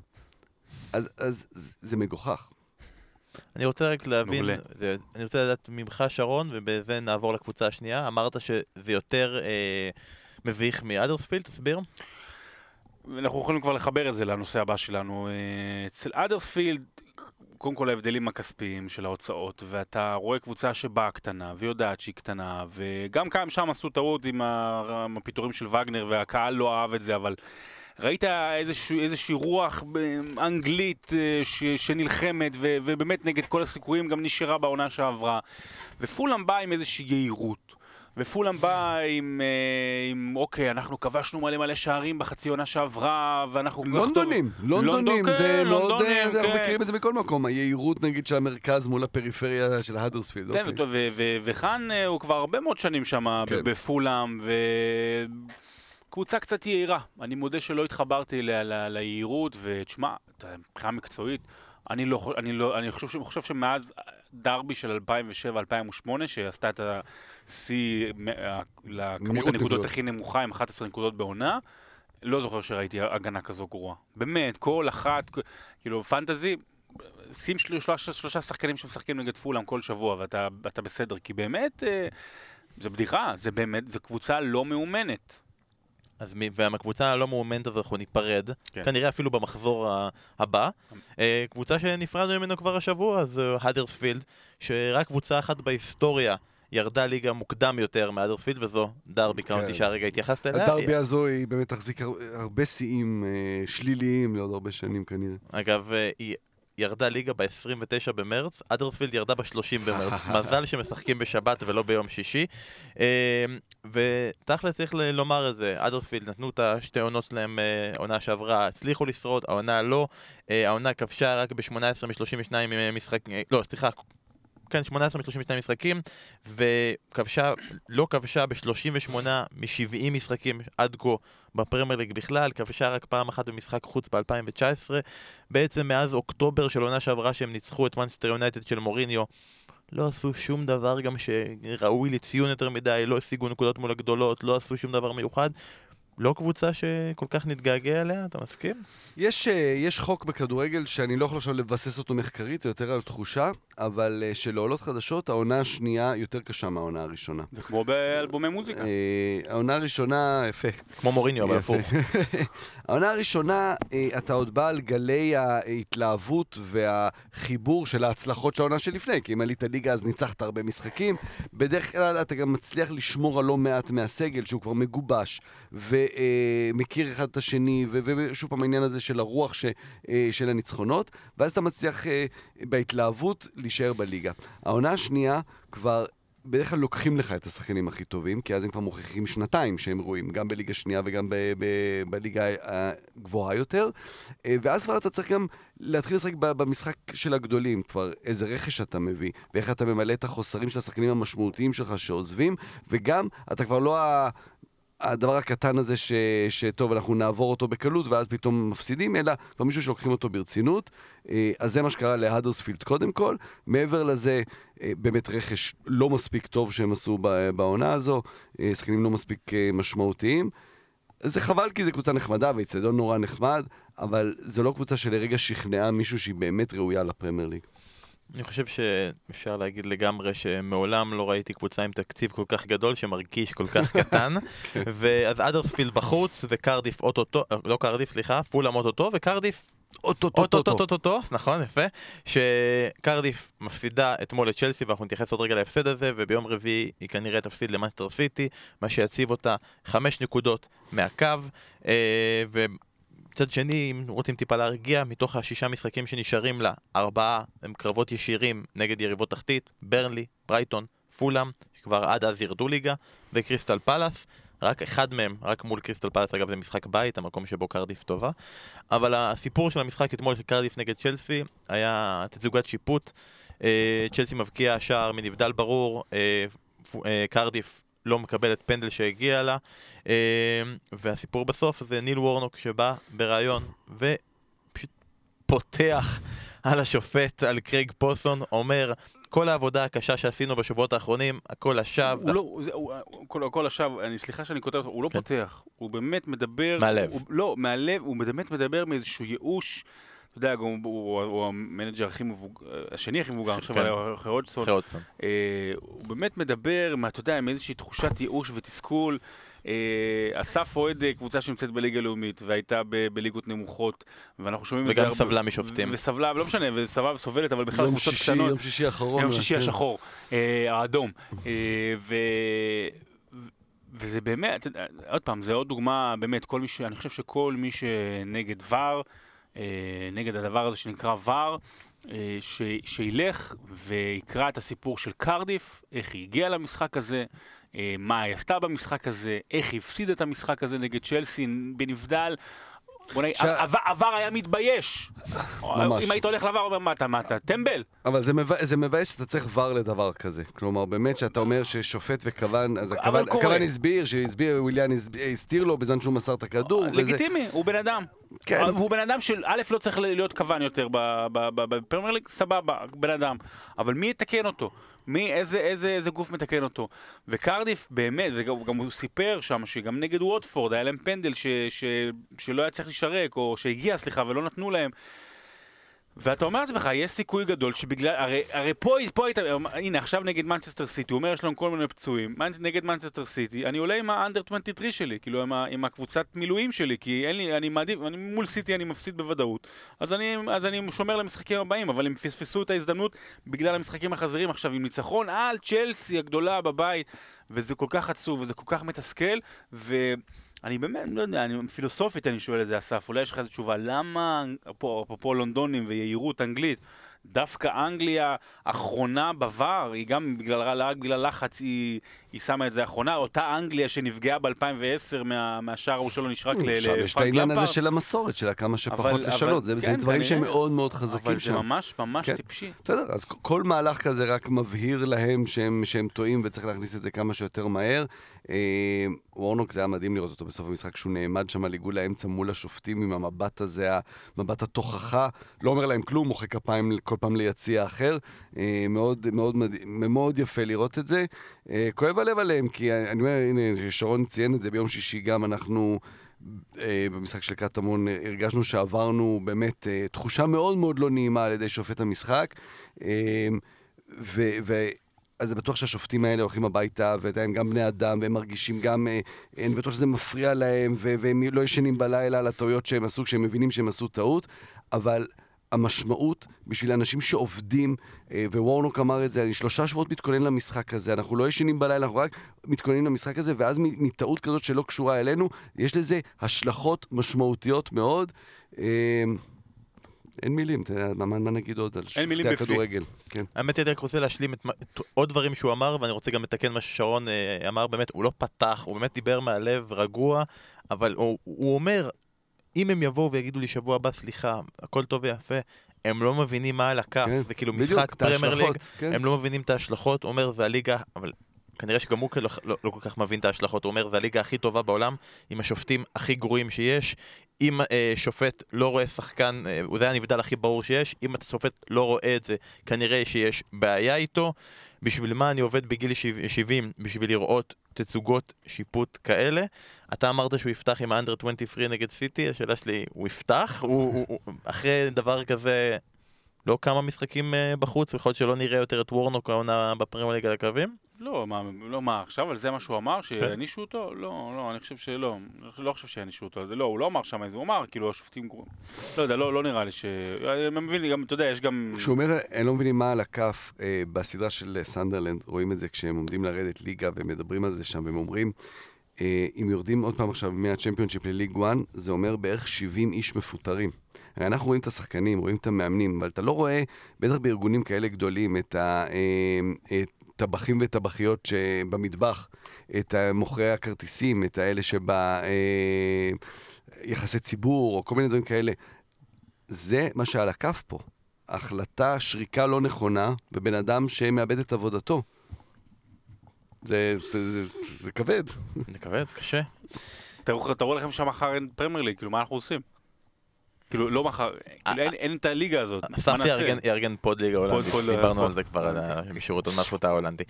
אז זה מגוחך. אני רוצה רק להבין, אני רוצה לדעת ממך שרון, ובזה נעבור לקבוצה השנייה. אמרת שזה יותר מביך מאדרספילד, תסביר? אנחנו יכולים כבר לחבר את זה לנושא הבא שלנו. אצל אדרספילד, קודם כל ההבדלים הכספיים של ההוצאות, ואתה רואה קבוצה שבאה קטנה, ויודעת שהיא קטנה, וגם שם עשו טעות עם הפיתורים של וגנר, והקהל לא אהב את זה, אבל ראית איזושהי רוח אנגלית שנלחמת, ובאמת נגד כל הסיכויים גם נשארה בעונה שעברה. ופולאם בא עם איזושהי יהירות. ופולאם בא עם אוקיי, אנחנו כבשנו מלא שערים בחצי עונה שעברה, ואנחנו... לונדונים, זה מאוד... אנחנו כן. מכירים את זה בכל מקום, היהירות נגיד של המרכז מול הפריפריה של האדרספילד. כן, וכאן הוא כבר הרבה מאוד שנים שם בפולאם, קבוצה קצת יהירה. אני מודה שלא התחברתי ליהירות, ותשמע, מבחינה מקצועית, אני חושב שמאז דרבי של 2007-2008, שעשתה את השיא לכמות הנקודות הכי נמוכה עם 11 נקודות בעונה, לא זוכר שראיתי הגנה כזו גרועה. באמת, כל אחת, כאילו פנטזי, שים שלושה שחקנים שמשחקים נגד פולאם כל שבוע, ואתה בסדר, כי באמת, זה בדיחה, זה באמת, זה קבוצה לא מאומנת. אז והקבוצה הלא מאומנת אז אנחנו ניפרד, כן. כנראה אפילו במחזור הבא. קבוצה שנפרדנו ממנו כבר השבוע, זה האדרספילד, שרק קבוצה אחת בהיסטוריה ירדה ליגה מוקדם יותר מהאדרספילד, וזו דרבי קאונטי שהרגע התייחסת אליה. הדרבי הזו היא באמת תחזיק הרבה שיאים שליליים לעוד הרבה שנים כנראה. אגב, היא ירדה ליגה ב-29 במרץ, אדרספילד ירדה ב-30 במרץ. מזל שמשחקים בשבת ולא ביום שישי. ותכל'ס צריך לומר את זה, אדרספילד נתנו את השתי עונות שלהם, עונה שעברה, הצליחו לשרוד, העונה לא. העונה כבשה רק ב-18 מ-32 משחקים, לא, סליחה, כן, 18 מ-32 משחקים, לא כבשה ב-38 מ-70 משחקים עד כה בפרמייר ליג בכלל, כבשה רק פעם אחת במשחק חוץ ב-2019, בעצם מאז אוקטובר של עונה שעברה שהם ניצחו את מנצ'סטר יונייטד של מוריניו, לא עשו שום דבר גם שראוי לציון יותר מדי, לא השיגו נקודות מול הגדולות, לא עשו שום דבר מיוחד. לא קבוצה שכל כך נתגעגע אליה, אתה מסכים? יש חוק בכדורגל שאני לא יכול עכשיו לבסס אותו מחקרית, זה יותר על תחושה, אבל שלעולות חדשות, העונה השנייה יותר קשה מהעונה הראשונה. זה כמו באלבומי מוזיקה. העונה הראשונה, יפה. כמו מוריניו, אבל הפוך. העונה הראשונה, אתה עוד בא על גלי ההתלהבות והחיבור של ההצלחות של העונה שלפני, כי אם עלית ליגה אז ניצחת הרבה משחקים, בדרך כלל אתה גם מצליח לשמור על לא מעט מהסגל שהוא כבר מגובש, ומכיר אחד את השני, ושוב פעם העניין הזה של הרוח של הניצחונות, ואז אתה מצליח בהתלהבות להישאר בליגה. העונה השנייה כבר בדרך כלל לוקחים לך את השחקנים הכי טובים, כי אז הם כבר מוכיחים שנתיים שהם רואים, גם בליגה שנייה וגם בליגה הגבוהה יותר, ואז כבר אתה צריך גם להתחיל לשחק במשחק של הגדולים, כבר איזה רכש אתה מביא, ואיך אתה ממלא את החוסרים של השחקנים המשמעותיים שלך שעוזבים, וגם אתה כבר לא הדבר הקטן הזה שטוב, אנחנו נעבור אותו בקלות, ואז פתאום מפסידים, אלא כבר מישהו שלוקחים אותו ברצינות. אז זה מה שקרה להדרספילד קודם כל. מעבר לזה, באמת רכש לא מספיק טוב שהם עשו בעונה הזו, שחקנים לא מספיק משמעותיים. זה חבל כי זו קבוצה נחמדה, והצטדיון נורא נחמד, אבל זו לא קבוצה שלרגע שכנעה מישהו שהיא באמת ראויה לפרמייר ליג. אני חושב שאפשר להגיד לגמרי שמעולם לא ראיתי קבוצה עם תקציב כל כך גדול שמרגיש כל כך קטן. ואז אדרספילד בחוץ וקרדיף אוטוטו, לא קרדיף, סליחה, פולאם אוטוטו, וקרדיף אוטוטו, נכון, יפה, שקרדיף מפסידה אתמול לצ'לסי, ואנחנו נתייחס עוד רגע להפסד הזה, וביום רביעי היא כנראה תפסיד למאנסטר סיטי, מה שיציב אותה 5 נקודות מהקו, מצד שני, אם רוצים טיפה להרגיע, מתוך 6 משחקים שנשארים לה, 4 הם קרבות ישירים נגד יריבות תחתית, ברנלי, ברייטון, פולאם, שכבר עד אז ירדו ליגה, וקריסטל פלאס, רק אחד מהם, רק מול קריסטל פלאס, אגב זה משחק בית, המקום שבו קרדיף טובה, אבל הסיפור של המשחק אתמול של קרדיף נגד צ'לסי, היה תצוגת שיפוט, צ'לסי מבקיע שער מנבדל ברור, קרדיף לא מקבלת פנדל שהגיע לה, והסיפור בסוף זה ניל וורנוק שבא ברעיון ופשוט פותח על השופט, על קרייג פוסון, אומר כל העבודה הקשה שעשינו בשבועות האחרונים, הכל השווא. הכל השווא, סליחה שאני כותב, הוא לא פותח, הוא באמת מדבר... מהלב. לא, מהלב, הוא באמת מדבר מאיזשהו ייאוש, אתה יודע, הוא המנג'ר הכי מבוגר, השני הכי מבוגר, עכשיו אחרי הודסון. הוא באמת מדבר, אתה יודע, עם איזושהי תחושת ייאוש ותסכול. אסף אוהד קבוצה שנמצאת בליגה לאומית והייתה בליגות נמוכות, ואנחנו שומעים את זה וגם סבלה משופטים. וסבלה, לא משנה, וסבלה וסובלת, אבל בכלל קבוצות קטנות. יום שישי האחרון. יום שישי השחור, האדום. וזה באמת, עוד פעם, זה עוד דוגמה, באמת, אני חושב שכל מי שנגד ור, נגד הדבר הזה שנקרא ור, שילך ויקרא את הסיפור של קרדיף, איך היא הגיעה למשחק הזה, מה היא עשתה במשחק הזה, איך היא הפסידה את המשחק הזה נגד צ'לסי בנבדל. עבר היה מתבייש. אם היית הולך לעבר, מה אתה טמבל? אבל זה מבייש שאתה צריך ור לדבר כזה. כלומר, באמת שאתה אומר ששופט וכוון, אז הכוון הסביר, וויליאן הסתיר לו בזמן שהוא מסר את הכדור. לגיטימי, הוא בן אדם. הוא בן אדם של א' לא צריך להיות כוון יותר בפרמייר ליג, סבבה, בן אדם. אבל מי יתקן אותו? איזה גוף מתקן אותו? וקרדיף באמת, וגם הוא סיפר שם שגם נגד ווטפורד היה להם פנדל שלא היה צריך לשרק, או שהגיע, סליחה, ולא נתנו להם. ואתה אומר לעצמך, יש סיכוי גדול שבגלל, הרי פה היית, הנה עכשיו נגד מנצ'סטר סיטי, הוא אומר יש לנו כל מיני פצועים, נגד מנצ'סטר סיטי, אני עולה עם האנדר 23 שלי, כאילו עם הקבוצת מילואים שלי, כי אין לי, אני מול סיטי אני מפסיד בוודאות, אז אני שומר למשחקים הבאים, אבל הם פספסו את ההזדמנות בגלל המשחקים החזרים, עכשיו עם ניצחון על צ'לסי הגדולה בבית, וזה כל כך עצוב, וזה כל כך מתסכל, אני באמת, לא יודע, פילוסופית אני שואל את זה, אסף, אולי יש לך איזו תשובה, למה, אפרופו לונדונים ויהירות אנגלית, דווקא אנגליה אחרונה בוואר, היא גם בגלל לחץ, היא שמה את זה אחרונה, אותה אנגליה שנפגעה ב-2010 מהשער ההוא שלו נשרק לפרנק למפרד. יש את העניין הזה של המסורת שלה, כמה שפחות לשנות, זה דברים שהם מאוד מאוד חזקים שם. אבל זה ממש טיפשי. בסדר, אז כל מהלך כזה רק מבהיר להם שהם טועים וצריך להכניס את זה כמה שיותר מהר. וורנוק זה היה מדהים לראות אותו בסוף המשחק, שהוא נעמד שם על עיגול האמצע מול השופטים עם המבט הזה, המבט התוכחה, לא אומר להם כלום, מוחא כפיים כל פעם ליציע אחר. מאוד יפה לראות את זה. כואב הלב עליהם, כי אני אומר, הנה, שרון ציין את זה ביום שישי, גם אנחנו במשחק של קטמון הרגשנו שעברנו באמת תחושה מאוד מאוד לא נעימה על ידי שופט המשחק, אז זה בטוח שהשופטים האלה הולכים הביתה, והם גם בני אדם, והם מרגישים גם, אני בטוח שזה מפריע להם, והם לא ישנים בלילה על הטעויות שהם עשו, כשהם מבינים שהם עשו טעות, אבל המשמעות בשביל אנשים שעובדים, ווורנוק אמר את זה, אני 3 שבועות מתכונן למשחק הזה, אנחנו לא ישנים בלילה, אנחנו רק מתכוננים למשחק הזה, ואז מטעות כזאת שלא קשורה אלינו, יש לזה השלכות משמעותיות מאוד. אין מילים, מה נגיד עוד על שופטי הכדורגל? האמת היא, אני רוצה להשלים עוד דברים שהוא אמר, ואני רוצה גם לתקן מה ששרון אמר, באמת, הוא לא פתח, הוא באמת דיבר מהלב רגוע, אבל הוא אומר, אם הם יבואו ויגידו לי שבוע הבא, סליחה, הכל טוב ויפה, הם לא מבינים מה על הכף, וכאילו משחק פרמייר ליג, הם לא מבינים את ההשלכות, הוא אומר, זה הליגה, אבל כנראה שגם הוא לא כל כך מבין את ההשלכות, הוא אומר, זה הליגה הכי טובה בעולם, עם השופטים הכי גרועים שיש, אם שופט לא רואה שחקן, זה הנבדל הכי ברור שיש, אם השופט לא רואה את זה, כנראה שיש בעיה איתו, בשביל מה אני עובד בגיל 70, בשביל לראות תצוגות שיפוט כאלה. אתה אמרת שהוא יפתח עם האנדר 23 נגד סיטי, השאלה שלי, הוא יפתח? אחרי דבר כזה, לא כמה משחקים בחוץ, יכול להיות שלא נראה יותר את וורנוק העונה בפרמייר ליג על הקווים? לא, מה, עכשיו על זה מה שהוא אמר, שיענישו אותו? לא, אני חושב שלא, לא חושב שיענישו אותו, לא, הוא לא אמר שם איזה, הוא אמר, כאילו, השופטים, לא יודע, לא נראה לי אני מבין, גם, אתה יודע, יש גם... כשהוא אומר, הם לא מבינים מה על הכף, בסדרה של סנדרלנד, רואים את זה כשהם עומדים לרדת ליגה, ומדברים על זה שם, והם אומרים, אם יורדים עוד פעם עכשיו מהצ'מפיונשיפ לליג 1, זה אומר בערך 70 איש מפוטרים. אנחנו רואים את השחקנים, רואים את המאמנים, אבל אתה לא רואה, בטח בארגונים כאלה גדולים, את טבחים וטבחיות שבמטבח, את מוכרי הכרטיסים, את האלה יחסי ציבור, או כל מיני דברים כאלה. זה מה שעל הכף פה. החלטה, שריקה לא נכונה, ובן אדם שמאבד את עבודתו. זה כבד. זה כבד, קשה. תראו לכם שמחר אין פרמייר ליג, כאילו מה אנחנו עושים? כאילו לא מחר, אין את הליגה הזאת, מה אסף נעשה? יארגן פוד ליגה הולנדית, פוד דיברנו על זה כבר, על השירות המלכות ההולנדי.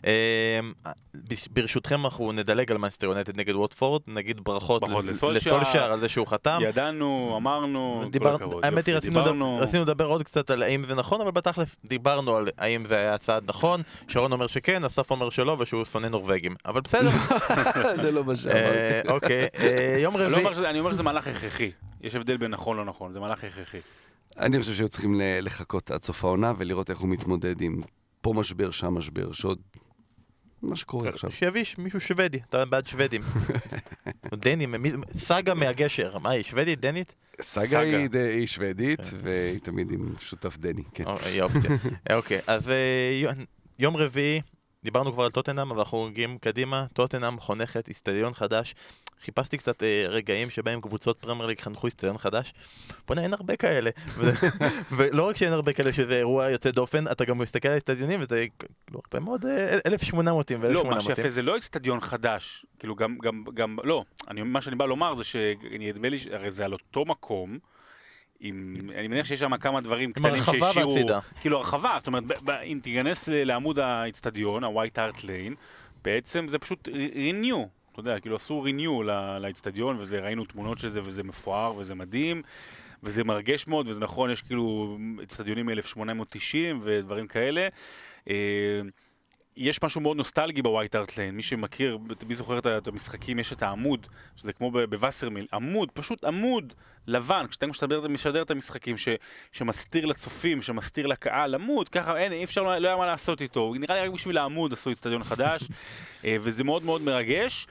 ברשותכם אנחנו נדלג על מנצ'סטר יונייטד נגד ווטפורד, נגיד ברכות לסולשייר על זה שהוא חתם. ידענו, אמרנו, כל הכבוד. האמת היא רצינו לדבר עוד קצת על האם זה נכון, אבל בתכלס דיברנו על האם זה היה צעד נכון, שרון אומר שכן, אסף אומר שלא ושהוא שונא נורווגים, אבל בסדר. זה לא מה שאמרתי. אוקיי, יום רביעי. אני אומר שזה מהלך הכרחי. יש הבדל בין נכון לא נכון, זה מהלך הכרחי. אני חושב שהיו צריכים לחכות עד סוף העונה ולראות איך הוא מתמודד עם פה משבר, שם משבר, שעוד מה שקורה עכשיו. שיביא מישהו שוודי, אתה בעד שוודים. דני, סאגה מהגשר, מה היא, שוודית, דנית? סאגה היא שוודית, והיא תמיד עם שותף דני, כן. אוקיי, אז יום רביעי, דיברנו כבר על טוטנהאם, אבל אנחנו מגיעים קדימה, טוטנהאם חונכת אצטדיון חדש. חיפשתי קצת רגעים שבהם קבוצות פרמייר ליג חנכו אצטדיון חדש. בוא'נה, אין הרבה כאלה. ולא רק שאין הרבה כאלה שזה אירוע יוצא דופן, אתה גם מסתכל על אצטדיונים וזה לא הרבה מאוד 1800 ו-1800. לא, מה שיפה זה לא אצטדיון חדש. כאילו גם, לא. מה שאני בא לומר זה שנדמה לי, הרי זה על אותו מקום, אני מניח שיש שם כמה דברים קטנים שהשאירו, כאילו הרחבה, זאת אומרת, אם תיכנס לעמוד האצטדיון, ה-White Hart Lane, בעצם זה פשוט renew, אתה יודע, כאילו עשו renew לאצטדיון, וזה ראינו תמונות של זה, וזה מפואר, וזה מדהים, וזה מרגש מאוד, וזה נכון, יש כאילו אצטדיונים 1890 ודברים כאלה. יש משהו מאוד נוסטלגי בווייט הארט ליין, מי שמכיר, מי זוכר את המשחקים, יש את העמוד, שזה כמו בווסרמיל, עמוד, פשוט עמוד לבן, כשאתה משדר את המשחקים, שמסתיר לצופים, שמסתיר לקהל, עמוד, ככה, אי אפשר, לא היה מה לעשות איתו, נראה לי רק בשביל העמוד עשו אצטדיון חדש, וזה מאוד מאוד מרגש,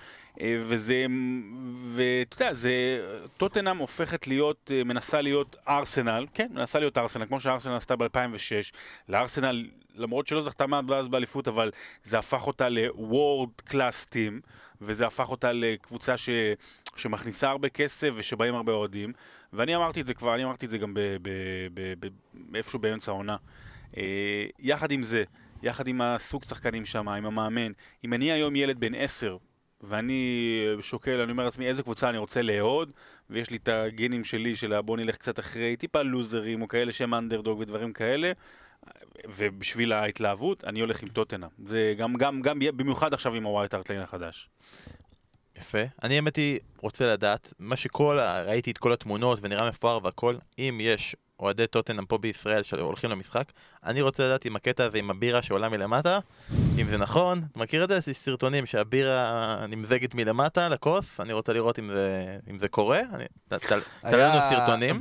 ואתה יודע, טוטנהאם הופכת להיות, מנסה להיות ארסנל, כן, מנסה להיות ארסנל, כמו שארסנל עשתה ב-2006, לארסנל, למרות שלא זכתה אז באליפות, אבל זה הפך אותה ל-World Class Team, וזה הפך אותה לקבוצה שמכניסה הרבה כסף ושבאים הרבה אוהדים, ואני אמרתי את זה כבר, אני אמרתי את זה גם איפשהו באמצע העונה. יחד עם זה, יחד עם הסוג שחקנים שם, עם המאמן, אם אני היום ילד בן 10, ואני שוקל, אני אומר לעצמי איזה קבוצה אני רוצה לאהוד, ויש לי את הגנים שלי של בוא נלך קצת אחרי, טיפה לוזרים או כאלה שהם אנדרדוג ודברים כאלה, ובשביל ההתלהבות אני הולך עם טוטנהאם. זה גם במיוחד עכשיו עם הווייט הארט ליין החדש. יפה. אני האמתי רוצה לדעת, ראיתי את כל התמונות ונראה מפואר והכל, אם יש אוהדי טוטנהאם פה בישראל שהולכים למשחק, אני רוצה לדעת עם הקטע הזה עם הבירה שעולה מלמטה, אם זה נכון, אתה מכיר את זה? יש סרטונים שהבירה נמזגת מלמטה לכוס, אני רוצה לראות אם זה קורה, תראה לנו סרטונים.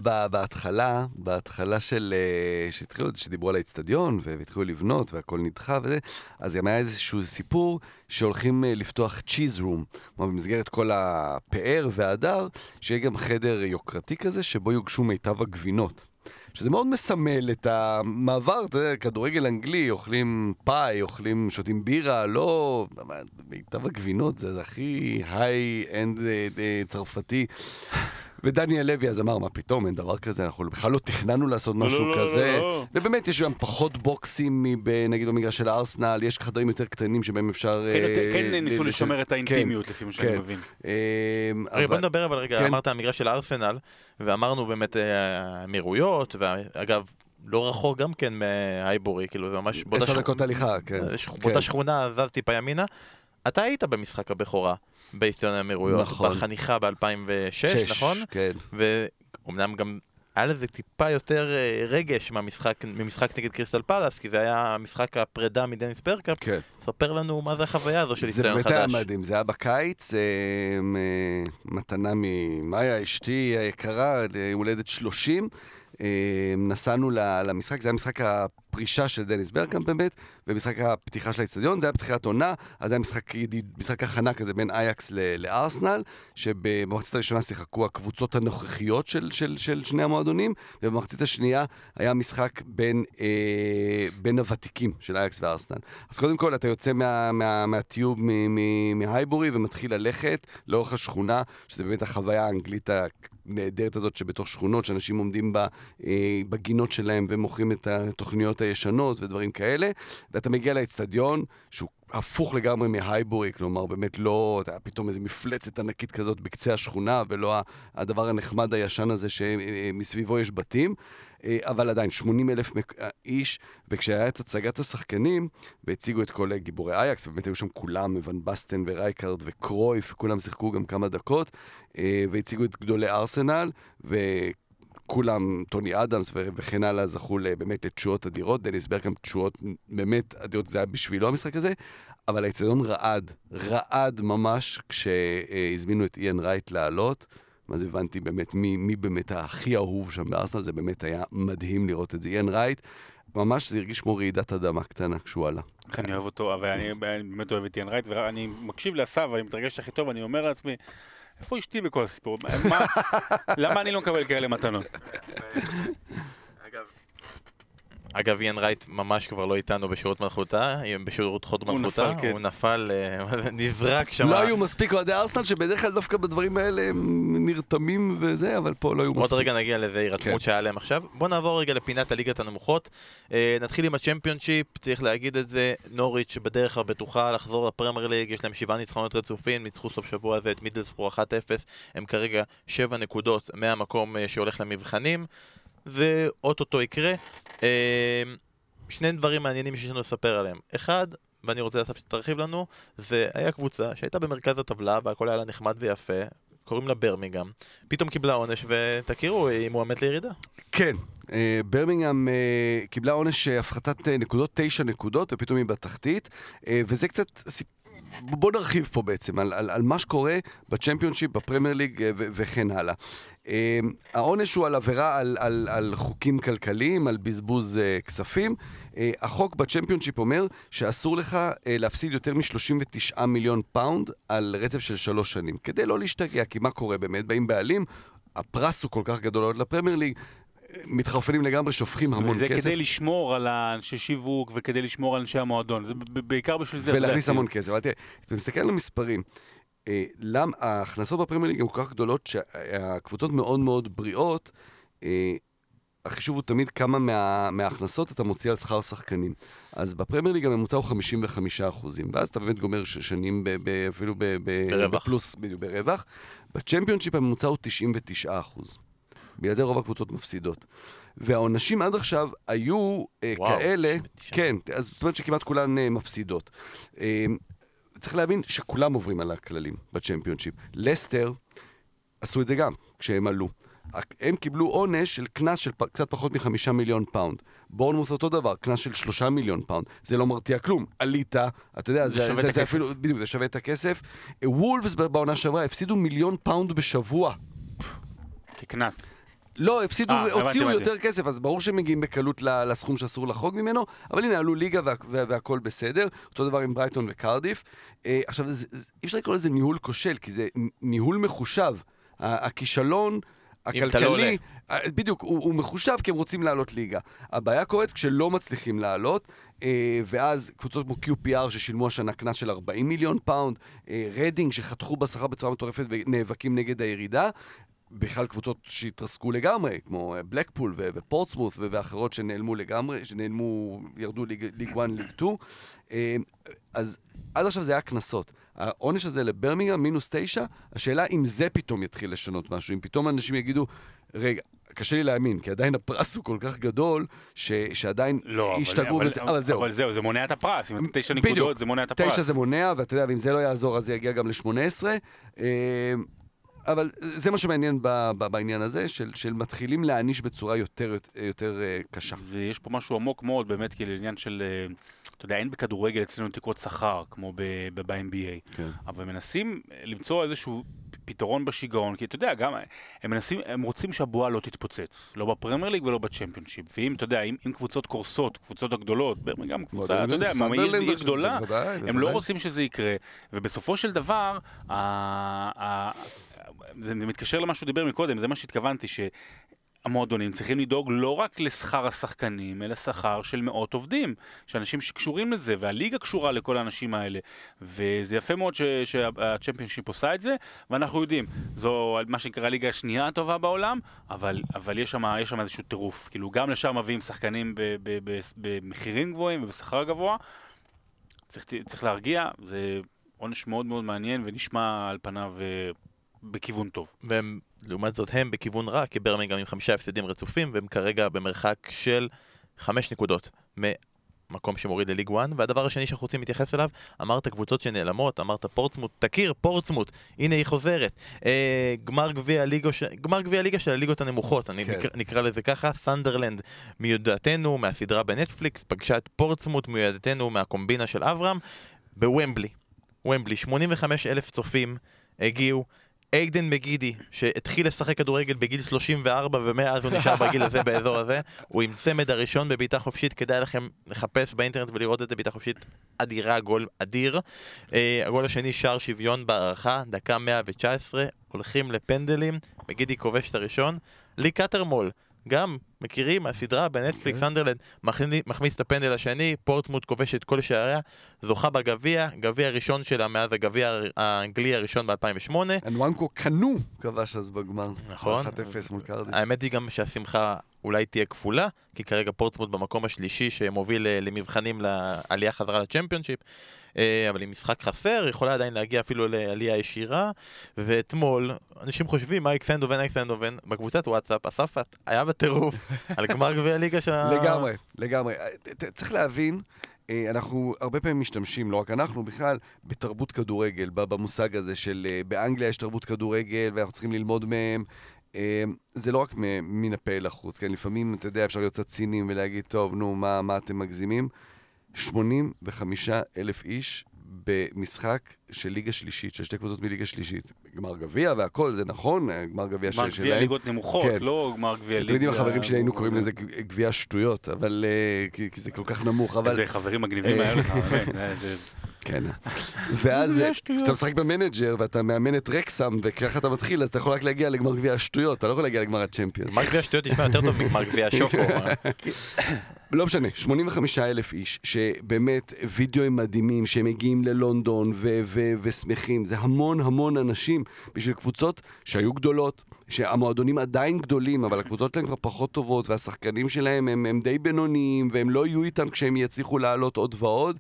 בהתחלה שדיברו על האצטדיון והתחילו לבנות והכל נדחה וזה, אז גם היה איזשהו סיפור שהולכים לפתוח צ'יז רום, במסגרת כל הפאר וההדר, שיהיה גם חדר יוקרתי כזה שבו יוגשו מיטב הגבינות. שזה מאוד מסמל את המעבר, אתה יודע, כדורגל אנגלי, אוכלים פאי, שותים בירה, לא, מיטב הגבינות, זה הכי היי-אנד צרפתי. ודניאל לוי אז אמר, מה פתאום, אין דבר כזה, אנחנו בכלל לא תכננו לעשות משהו כזה. ובאמת יש גם פחות בוקסים, נגיד במגרש של הארסנל, יש חדרים יותר קטנים שבהם אפשר... כן ניסו לשמר את האינטימיות לפי מה שאני מבין. בוא נדבר אבל רגע, אמרת המגרש של הארסנל, ואמרנו באמת אמירויות, ואגב, לא רחוק גם כן מהייבורי, כאילו זה ממש... 10 דקות הליכה, כן. באותה שכונה זז טיפה ימינה. אתה היית במשחק הבכורה באצטדיון האמירויות, נכון. בחניכה ב-2006, נכון? כן. ואומנם גם היה לזה טיפה יותר רגש ממשחק נגד קריסטל פלאס, כי זה היה משחק הפרידה מדניס ברקאפ. כן. ספר לנו מה זה החוויה הזו של אצטדיון חדש. זה באמת היה מדהים, זה היה בקיץ, מתנה ממאיה, אשתי היקרה, הולדת 30, נסענו למשחק, זה היה משחק הפרישה של דניס ברקאמפ באמת, ומשחק הפתיחה של האצטדיון, זה היה פתיחת עונה, אז זה היה משחק הכנה כזה בין אייקס לארסנל, שבמחצית הראשונה שיחקו הקבוצות הנוכחיות של שני המועדונים, ובמחצית השנייה היה משחק בין הוותיקים של אייקס וארסנל. אז קודם כל אתה יוצא מהטיוב מהייבורי ומתחיל ללכת לאורך השכונה, שזה באמת החוויה האנגלית נהדרת הזאת שבתוך שכונות, שאנשים עומדים בגינות שלהם ומוכרים את התוכניות הישנות ודברים כאלה, ואתה מגיע לאצטדיון שהוא הפוך לגמרי מהייבורי, כלומר באמת לא, אתה פתאום איזו מפלצת ענקית כזאת בקצה השכונה, ולא הדבר הנחמד הישן הזה שמסביבו יש בתים, אבל עדיין 80,000 איש, וכשהיה את הצגת השחקנים, והציגו את כל גיבורי אייקס, ובאמת היו שם כולם, ון בסטן ורייקארד וקרויף, כולם שיחקו גם כמה דקות, והציגו את גדולי ארסנל, כולם, טוני אדמס וכן הלאה, זכו באמת לתשואות אדירות, דניס ברקאמפ תשואות באמת אדירות, זה היה בשבילו המשחק הזה, אבל האצטדיון רעד ממש כשהזמינו את איאן רייט לעלות, אז הבנתי באמת מי באמת הכי אהוב שם בארסנל, זה באמת היה מדהים לראות את זה. איאן רייט, ממש זה הרגיש כמו רעידת אדמה קטנה כשהוא עלה. אני אוהב אותו, אבל אני באמת אוהב את איאן רייט, ואני מקשיב לאסף, ואני מתרגש הכי טוב, אני אומר לעצמי, איפה אשתי בכל הסיפור? למה אני לא מקבל כאלה מתנות? אגב, איאן רייט ממש כבר לא איתנו בשירות מלכותה, בשירות חוד מלכותה, הוא נפל, נברק שם. לא היו מספיק אוהדי ארסנל, שבדרך כלל דווקא בדברים האלה הם נרתמים וזה, אבל פה לא היו מספיק. עוד רגע נגיע לזה, הירתמות שהיה להם עכשיו. בוא נעבור רגע לפינת הליגת הנמוכות. נתחיל עם הצ'מפיונשיפ, צריך להגיד את זה, נוריץ' בדרך הבטוחה לחזור לפרמייר ליג, יש להם 7 ניצחונות רצופים, ניצחו סוף שבוע הזה את מידלסבורו 1-0, הם כרגע 7 נקודות מהמקום שהולך למבחנים. ואוטוטו יקרה. שני דברים מעניינים שיש לנו לספר עליהם. אחד, ואני רוצה לסף שתרחיב לנו, זה היה קבוצה שהייתה במרכז הטבלה והכל היה לה נחמד ויפה, קוראים לה ברמינגהאם. פתאום קיבלה עונש ותכירו, היא מועמדת לירידה. כן, ברמינגהאם קיבלה עונש הפחתת נקודות, 9 נקודות, ופתאום היא בתחתית, וזה קצת בוא נרחיב פה בעצם על מה שקורה בצ'מפיונשיפ, בפרמייר ליג וכן הלאה. העונש הוא על עבירה על חוקים כלכליים, על בזבוז כספים. החוק בצ'מפיונשיפ אומר שאסור לך להפסיד יותר מ-39 מיליון פאונד על רצף של 3 שנים. כדי לא להשתגע, כי מה קורה באמת? באים בעלים, הפרס הוא כל כך גדול עוד לפרמייר ליג, מתחרפנים לגמרי, שופכים המון כסף. וזה כדי לשמור על האנשי שיווק וכדי לשמור על אנשי המועדון. זה בעיקר בשביל זה. ולהכניס המון כסף. אבל תראה, אתה מסתכל על המספרים. ההכנסות בפרמייר ליג הן כל כך גדולות שהקבוצות מאוד מאוד בריאות, החישוב הוא תמיד כמה מההכנסות אתה מוציא על שכר שחקנים. אז בפרמייר ליג הממוצע הוא 55%, ואז אתה באמת גומר שנים אפילו בפלוס, בדיוק ברווח. בצ'מפיונשיפ הממוצע הוא 99%. בגלל זה רוב הקבוצות מפסידות. והעונשים עד עכשיו היו כאלה, כן, אז זאת אומרת שכמעט כולן מפסידות. צריך להבין שכולם עוברים על הכללים בצ'מפיונשיפ. לסטר עשו את זה גם, כשהם עלו. הם קיבלו עונש של קנס של קצת פחות מ5 מיליון פאונד. בורנמות' אותו דבר, קנס של 3 מיליון פאונד. זה לא מרתיע כלום. עלית, אתה יודע, זה אפילו, בדיוק, זה שווה את הכסף. וולפס בעונה שעברה הפסידו 1,000,000 פאונד בשבוע. כקנס. לא, הוציאו יותר כסף, אז ברור שהם מגיעים בקלות לסכום שאסור לחוג ממנו, אבל הנה, עלו ליגה והכל בסדר, אותו דבר עם ברייטון וקרדיף. עכשיו, אי אפשר לקרוא לזה ניהול כושל, כי זה ניהול מחושב. הכישלון הכלכלי, בדיוק, הוא מחושב כי הם רוצים לעלות ליגה. הבעיה קורית כשלא מצליחים לעלות, ואז קבוצות כמו QPR ששילמו השנה קנס של 40 מיליון פאונד, רדינג שחתכו בשכר בצורה מטורפת ונאבקים נגד הירידה, בכלל קבוצות שהתרסקו לגמרי, כמו בלקפול ופורטסמות' ואחרות שנעלמו לגמרי, ירדו ליג 1, ליג 2. אז עד עכשיו זה היה כנסות. העונש הזה לברמינגהאם -9, השאלה אם זה פתאום יתחיל לשנות משהו, אם פתאום אנשים יגידו, רגע, קשה לי להאמין, כי עדיין הפרס הוא כל כך גדול, שעדיין ישתגעו, אבל זהו. אבל זהו, זה מונע את הפרס, אם 9 נקודות זה מונע את הפרס. 9 זה מונע, ואתה יודע, ואם זה לא יעזור, אז זה יגיע גם ל-18. אבל זה מה שמעניין בעניין הזה, של מתחילים להעניש בצורה יותר קשה. יש פה משהו עמוק מאוד, באמת, כי לעניין של, אתה יודע, אין בכדורגל אצלנו תקרות שכר, כמו ב-NBA, אבל מנסים למצוא איזשהו פתרון בשיגעון, כי אתה יודע, גם הם רוצים שהבועה לא תתפוצץ, לא בפרמייר ליג ולא בצ'מפיונשיפ, ואם, אתה יודע, אם קבוצות קורסות, קבוצות הגדולות, גם קבוצה, אתה יודע, עיר גדולה, הם לא רוצים שזה יקרה, ובסופו של דבר, זה מתקשר למה שהוא דיבר מקודם, זה מה שהתכוונתי, המועדונים צריכים לדאוג לא רק לשכר השחקנים, אלא שכר של מאות עובדים, שאנשים שקשורים לזה, והליגה קשורה לכל האנשים האלה, וזה יפה מאוד שהצ'מפיונשיפ עושה את זה, ואנחנו יודעים, זו מה שנקרא הליגה השנייה הטובה בעולם, אבל יש שם איזשהו טירוף, כאילו גם לשם מביאים שחקנים במחירים גבוהים ובשכר גבוה, צריך להרגיע, זה עונש מאוד מאוד מעניין ונשמע על פניו בכיוון טוב. והם, לעומת זאת, הם בכיוון רע, כי ברמינגהאם עם 5 הפסדים רצופים, והם כרגע במרחק של 5 נקודות ממקום שמוריד לליג 1, והדבר השני שאנחנו רוצים להתייחס אליו, אמרת קבוצות שנעלמות, אמרת פורטסמוט, תכיר, פורטסמוט, הנה היא חוזרת. גמר גביע הליגה של הליגות הנמוכות, אני נקרא לזה ככה, סנדרלנד מיודעתנו, מהסדרה בנטפליקס, פגשה את פורטסמוט מיודעתנו מהקומבינה של אברהם, בוומבלי. 85,000 צופים הגיעו, איידן מגידי, שהתחיל לשחק כדורגל בגיל 34 ומאז הוא נשאר בגיל הזה באזור הזה, הוא עם צמד הראשון בביתה חופשית, כדאי לכם לחפש באינטרנט ולראות את זה, ביתה חופשית אדירה, גול אדיר. הגול השני שער שוויון בהערכה, דקה 119, הולכים לפנדלים, מגידי כובש את הראשון, לי קטרמול, גם מכירים מהסדרה בנטפליקס, סנדרלנד מחמיץ את הפנדל השני, פורטסמוט כובש את כל שעריה, זוכה בגביע, גביע הראשון שלה מאז הגביע האנגלי הראשון ב-2008. אנואנקו קנו כבש אז בגמר. נכון. 1-0 מול קרדיף. האמת היא גם שהשמחה אולי תהיה כפולה, כי כרגע פורטסמוט במקום השלישי שמוביל למבחנים לעלייה חזרה לצ'מפיונשיפ, אבל עם משחק חסר, יכולה עדיין להגיע אפילו לעלייה ישירה, ואתמול, אנשים חושבים, מה אקסנדובן, בקבוצת וואטסאפ, אספת, היה בטירוף על גמר גביע הליגה של... לגמרי. צריך להבין, אנחנו הרבה פעמים משתמשים, לא רק אנחנו, בכלל, בתרבות כדורגל, במושג הזה של באנגליה יש תרבות כדורגל, ואנחנו צריכים ללמוד מהם. זה לא רק מן הפה לחוץ, כן? לפעמים, אתה יודע, אפשר להיות קצת ציניים ולהגיד, טוב, נו, מה אתם מגזימים? 85,000 איש במשחק של ליגה שלישית, של 2 קבוצות מליגה שלישית. גמר גביע והכל, זה נכון, גמר גביע שלהם. גמר גביע ליגות נמוכות, לא גמר גביע ליגה... אתם יודעים, החברים שלי היינו קוראים לזה גביע שטויות, אבל... כי זה כל כך נמוך, אבל... איזה חברים מגניבים היה לך, כן. ואז, כשאתה משחק במנג'ר, ואתה מאמן את רקסם, וככה אתה מתחיל, אז אתה יכול רק להגיע לגמר גביע השטויות, אתה לא יכול להגיע לגמר הצ'מפיון. גמר גביע השטויות נשמע יותר טוב מגמר גביע השוקו. לא משנה, 85,000 איש, שבאמת וידאוים מדהימים, שהם מגיעים ללונדון ושמחים, זה המון אנשים בשביל קבוצות שהיו גדולות, שהמועדונים עדיין גדולים, אבל הקבוצות שלהם כבר פחות טובות, והשחקנים שלהם הם די בינוניים, והם לא יהיו איתם כשהם יצליחו לעלות עוד ועוד,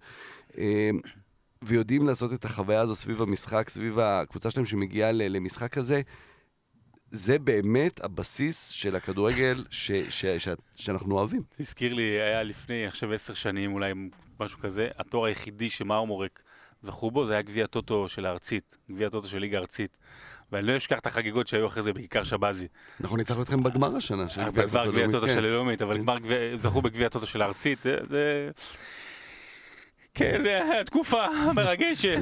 ויודעים לעשות את החוויה הזו סביב המשחק, סביב הקבוצה שלהם שמגיעה למשחק הזה, זה באמת הבסיס של הכדורגל שאנחנו אוהבים. תזכיר לי, היה לפני, עכשיו 10 שנים, אולי משהו כזה, התואר היחידי שמאורמורק זכו בו, זה היה גביע טוטו של הארצית, גביע טוטו של ליגה ארצית. ואני לא אשכח את החגיגות שהיו אחרי זה בכיכר שבזי. אנחנו ניצחנו אתכם בגמר השנה של גביע טוטו של הלאומית, אבל זכו בגביע טוטו של הארצית, זה... כן, תקופה מרגשת.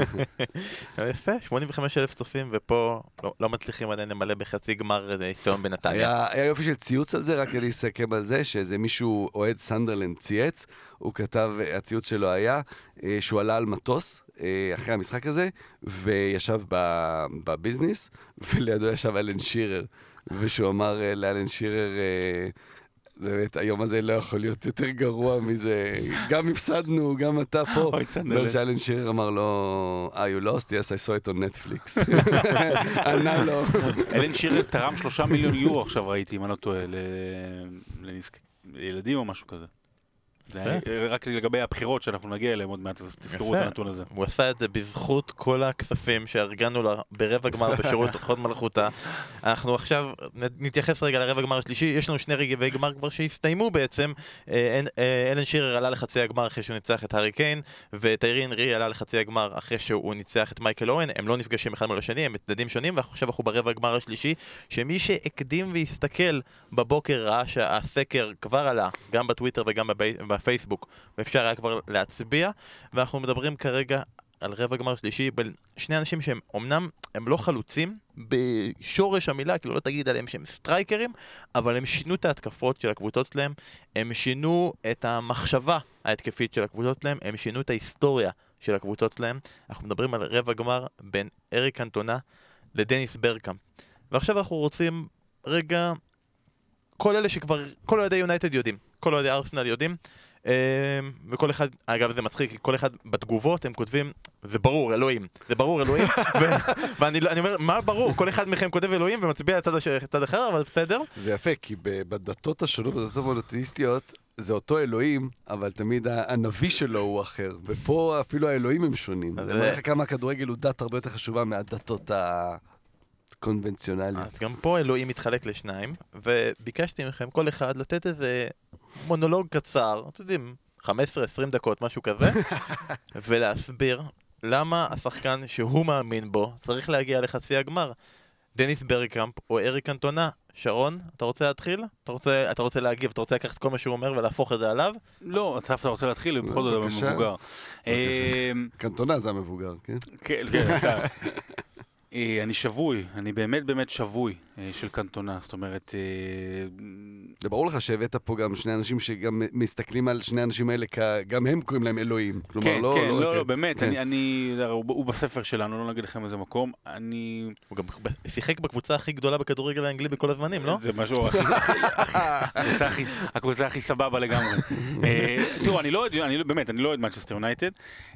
יפה, 85,000 צופים, ופה לא מצליחים עדיין למלא בחצי גמר היסטורון בנתניה. היה יופי של ציוץ על זה, רק אני אסכם על זה, שאיזה מישהו אוהד סנדרלנד צייץ, הוא כתב, הציוץ שלו היה, שהוא עלה על מטוס אחרי המשחק הזה, וישב בביזנס, ולידו ישב אלן שירר, ושהוא אמר לאלן שירר, זה באמת, היום הזה לא יכול להיות יותר גרוע מזה. גם הפסדנו, גם אתה פה. לא שאלן שירר אמר לו, you lost? Yes, I saw it on Netflix. ענה לו. אלן שירר תרם 3 מיליון יורו עכשיו ראיתי, אם אני לא טועה, לילדים או משהו כזה. רק לגבי הבחירות שאנחנו נגיע אליהם עוד מעט, אז תזכרו את הנתון הזה. הוא עשה את זה בזכות כל הכספים שארגנו ברבע גמר בשירות הוד מלכותה. אנחנו עכשיו נתייחס רגע לרבע גמר השלישי, יש לנו 2 רבעי גמר כבר שהסתיימו בעצם. אלן שירר עלה לחצי הגמר אחרי שהוא ניצח את הארי קיין, וטיירין רי עלה לחצי הגמר אחרי שהוא ניצח את מייקל אוהן. הם לא נפגשים אחד מול השני, הם מצדדים שונים, ועכשיו אנחנו ברבע גמר השלישי, שמי שהקדים והסתכל בבוקר ראה שהסקר כבר עלה, גם בטוויטר וגם בפייסבוק, ואפשר היה כבר להצביע, ואנחנו מדברים כרגע על רבע גמר שלישי בין 2 אנשים שהם אמנם הם לא חלוצים בשורש המילה, כאילו לא תגיד עליהם שהם סטרייקרים, אבל הם שינו את ההתקפות של הקבוצות שלהם, הם שינו את המחשבה ההתקפית של הקבוצות שלהם, הם שינו את ההיסטוריה של הקבוצות שלהם. אנחנו מדברים על רבע גמר בין אריק קנטונה לדניס ברקאמפ. ועכשיו אנחנו רוצים רגע כל אלה שכבר, כל אוהדי יונייטד יודעים, כל אוהדי ארסנל יודעים, וכל אחד, אגב זה מצחיק, כל אחד בתגובות הם כותבים, זה ברור אלוהים, זה ברור אלוהים, ואני אומר, מה ברור? כל אחד מכם כותב אלוהים ומצביע לצד אחר, אבל בסדר. זה יפה, כי בדתות השונות, בדתות המונותאיסטיות, זה אותו אלוהים, אבל תמיד הנביא שלו הוא אחר, ופה אפילו האלוהים הם שונים. זה אומר לך כמה הכדורגל הוא דת הרבה יותר חשובה מהדתות הקונבנציונליות. אז גם פה אלוהים מתחלק לשניים, וביקשתי מכם כל אחד לתת איזה מונולוג קצר, אתם יודעים, 15-20 דקות, משהו כזה, ולהסביר למה השחקן שהוא מאמין בו צריך להגיע לחצי הגמר. דניס ברגקאמפ או אריק קנטונה. שרון, אתה רוצה להתחיל? אתה רוצה להגיב? אתה רוצה לקחת כל מה שהוא אומר ולהפוך את זה עליו? לא, אתה רוצה להתחיל, בכל זאת מבוגר. קנטונה זה המבוגר, כן? כן, אתה. אני שבוי, אני באמת שבוי של קנטונה, זאת אומרת... זה ברור לך שהבאת פה גם שני אנשים שגם מסתכלים על שני האנשים האלה, גם הם קוראים להם אלוהים. כן, לא, באמת, הוא בספר שלנו, לא נגיד לכם איזה מקום, הוא גם שיחק בקבוצה הכי גדולה בכדורגל האנגלי בכל הזמנים, לא? זה משהו הקבוצה הכי סבבה לגמרי. תראו, אני לא אוהד מנצ'סטר יונייטד,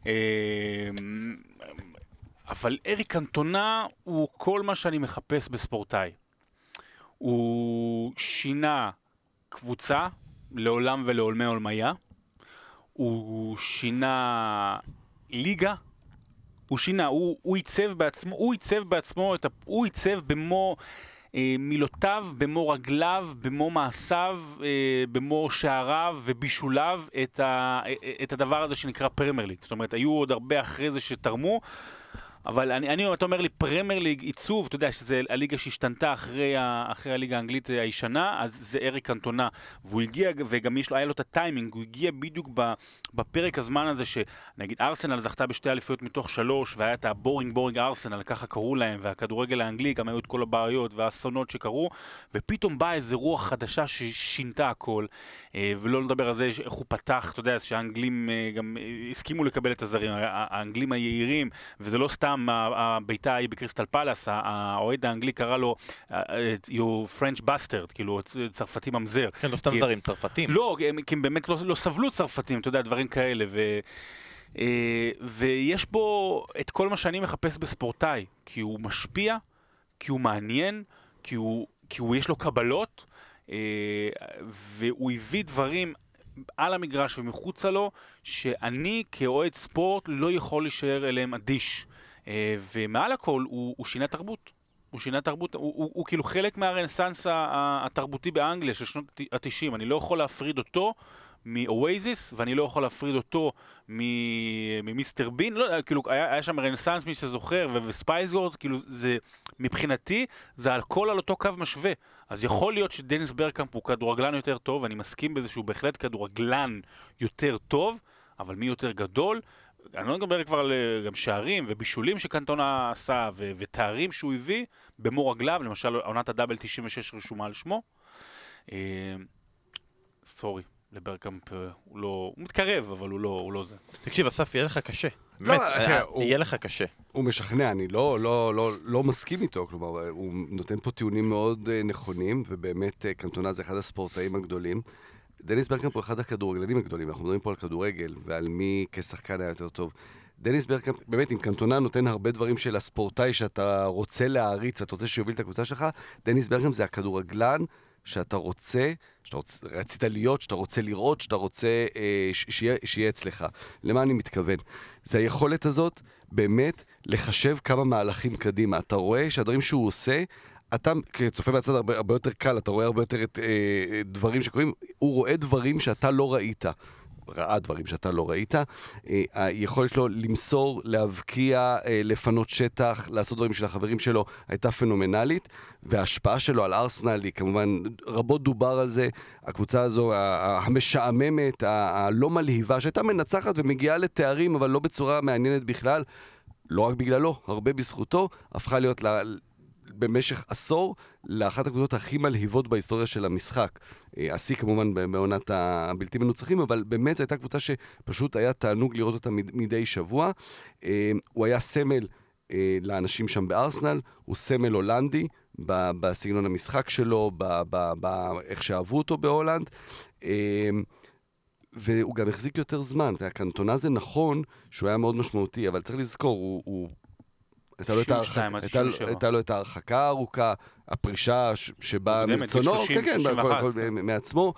אבל אריק קנטונה הוא כל מה שאני מחפש בספורטאי. הוא שינה קבוצה לעולם ולעולמי עולמיה. הוא שינה ליגה. הוא עיצב במו מילותיו, במו רגליו, במו מעשיו, במו שעריו ובישוליו את הדבר הזה שנקרא פרמייר ליג. זאת אומרת, היו עוד הרבה אחרי זה שתרמו, אבל אתה אומר לי פרמייר ליג עיצוב, אתה יודע שזה הליגה שהשתנתה אחרי הליגה האנגלית הישנה, אז זה אריק קנטונה, והוא הגיע, וגם היה לו את הטיימינג, הוא הגיע בדיוק בפרק הזמן הזה שנגיד ארסנל זכתה בשתי אליפויות מתוך 3, והיה את הבורינג ארסנל, ככה קראו להם, והכדורגל האנגלי גם היו את כל הבעיות והאסונות שקרו, ופתאום באה איזו רוח חדשה ששינתה הכל, ולא לדבר על זה איך הוא פתח, אתה יודע, שהאנגלים גם הסכימו לקבל את הזרים, האנגלים היעירים, וזה לא סתם הביתה היא בקריסטל פלאס, האוהד האנגלי קרא לו you French bastard, כאילו צרפתי ממזר. כן, לא סתם זרים, צרפתים. לא, כי הם באמת לא סבלו צרפתים, אתה יודע, דברים כאלה, ויש בו את כל מה שאני מחפש בספורטאי, כי הוא משפיע, כי הוא מעניין, כי יש לו קבלות, והוא הביא דברים על המגרש ומחוצה לו, שאני כאוהד ספורט לא יכול להישאר אליהם אדיש. ומעל הכל הוא שינה תרבות. הוא כאילו חלק מהרנסנס התרבותי באנגליה של שנות ה-90. אני לא יכול להפריד אותו מאוייזיס, ואני לא יכול להפריד אותו ממיסטר בין. לא, כאילו, היה שם רנסנס, מי שזוכר, וספייס גורס, כאילו, זה, מבחינתי, זה הכל על אותו קו משווה. אז יכול להיות שדניס ברגקאמפ הוא כדורגלן יותר טוב, ואני מסכים בזה שהוא בהחלט כדורגלן יותר טוב, אבל מי יותר גדול? אני לא מדבר כבר על גם שערים ובישולים שקנטונה עשה ותארים שהוא הביא במו רגליו, למשל עונת הדאבל 96 רשומה על שמו. סורי, לברגקאמפ הוא מתקרב, אבל הוא לא זה. תקשיב, אסף, יהיה לך קשה. באמת, יהיה לך קשה. הוא משכנע, אני לא מסכים איתו, כלומר, הוא נותן פה טיעונים מאוד נכונים, ובאמת קנטונה זה אחד הספורטאים הגדולים. דניס ברגקאמפ הוא אחד הכדורגלנים הגדולים, אנחנו מדברים פה על כדורגל ועל מי כשחקן היה יותר טוב. דניס ברגקאמפ, באמת, עם קנטונה נותן הרבה דברים של הספורטאי שאתה רוצה להעריץ ואתה רוצה שיוביל את הקבוצה שלך. דניס ברגקאמפ זה הכדורגלן שאתה רצית להיות, שאתה רוצה לראות, שאתה רוצה שיהיה אצלך. למה אני מתכוון? זה היכולת הזאת באמת לחשב כמה מהלכים קדימה. אתה רואה שהדברים שהוא עושה, אתה כצופה מהצד הרבה יותר קל, אתה רואה הרבה יותר דברים שקורים, הוא רואה דברים שאתה לא ראית. ראה דברים שאתה לא ראית, היכולת שלו למסור, להבקיע, לפנות שטח, לעשות דברים של החברים שלו, הייתה פנומנלית, וההשפעה שלו על ארסנל היא כמובן, רבות דובר על זה, הקבוצה הזו המשעממת, הלא מלהיבה, שהייתה מנצחת ומגיעה לתארים, אבל לא בצורה מעניינת בכלל, לא רק בגללו, הרבה בזכותו, הפכה להיות במשך עשור לאחת הקבוצות הכי מלהיבות בהיסטוריה של המשחק. השיא כמובן בעונת הבלתי מנוצחים, אבל באמת הייתה קבוצה שפשוט היה תענוג לראות אותה מדי שבוע. הוא היה סמל לאנשים שם בארסנל, הוא סמל הולנדי, בסגנון המשחק שלו, איך שאהבו אותו בהולנד, והוא גם החזיק יותר זמן. קנטונה זה נכון שהוא היה מאוד משמעותי, אבל צריך לזכור, הייתה לו את ההרחקה הארוכה, הפרישה שבאה מרצונו, מעצמו,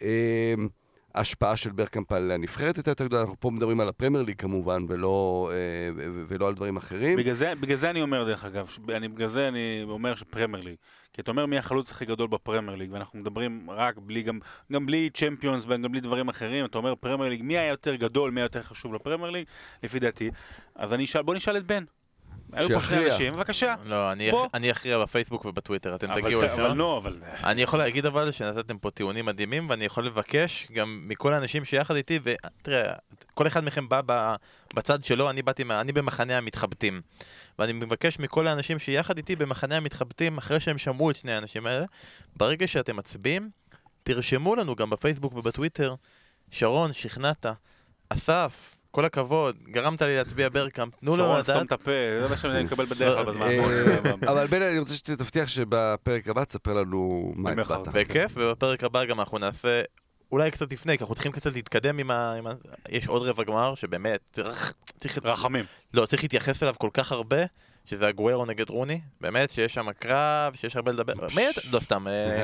ההשפעה של ברקאמפ על הנבחרת הייתה יותר גדולה. אנחנו פה מדברים על הפרמייר ליג כמובן, ולא על דברים אחרים. בגלל זה אני אומר, דרך אגב, בגלל זה אני אומר שפרמייר ליג. כי אתה אומר מי החלוץ הכי גדול בפרמייר ליג, ואנחנו מדברים רק בלי, גם בלי צ'מפיונס, גם בלי דברים אחרים. אתה אומר פרמייר ליג, מי היה יותר גדול, מי היה יותר חשוב לפרמייר ליג, לפי דעתי. אז בוא נשאל את בן. היו פה שני אנשים, בבקשה. לא, אני אכריע בפייסבוק ובטוויטר, אתם תגיעו לשם. אני יכול להגיד אבל שנתתם פה טיעונים מדהימים, ואני יכול לבקש גם מכל האנשים שיחד איתי, ותראה, כל אחד מכם בא בצד שלו, אני במחנה המתחבטים. ואני מבקש מכל האנשים שיחד איתי במחנה המתחבטים, אחרי שהם שמעו את שני האנשים האלה, ברגע שאתם מצביעים, תרשמו לנו גם בפייסבוק ובטוויטר, שרון, שכנעת, אסף, כל הכבוד, גרמת לי להצביע ברקאמפ, תנו לו לדעת. שרון, סתום את הפה, זה מה שאני אקבל בדרך כלל בזמן. אבל בן, אני רוצה שתבטיח שבפרק הבא תספר לנו מה הצבעת. בכיף, ובפרק הבא גם אנחנו נעשה, אולי קצת לפני, כי אנחנו צריכים קצת להתקדם יש עוד רבע גמר, שבאמת, רחמים. לא, צריך להתייחס אליו כל כך הרבה, שזה אגוארו נגד רוני, באמת שיש שם קרב, שיש הרבה לדבר, לא סתם,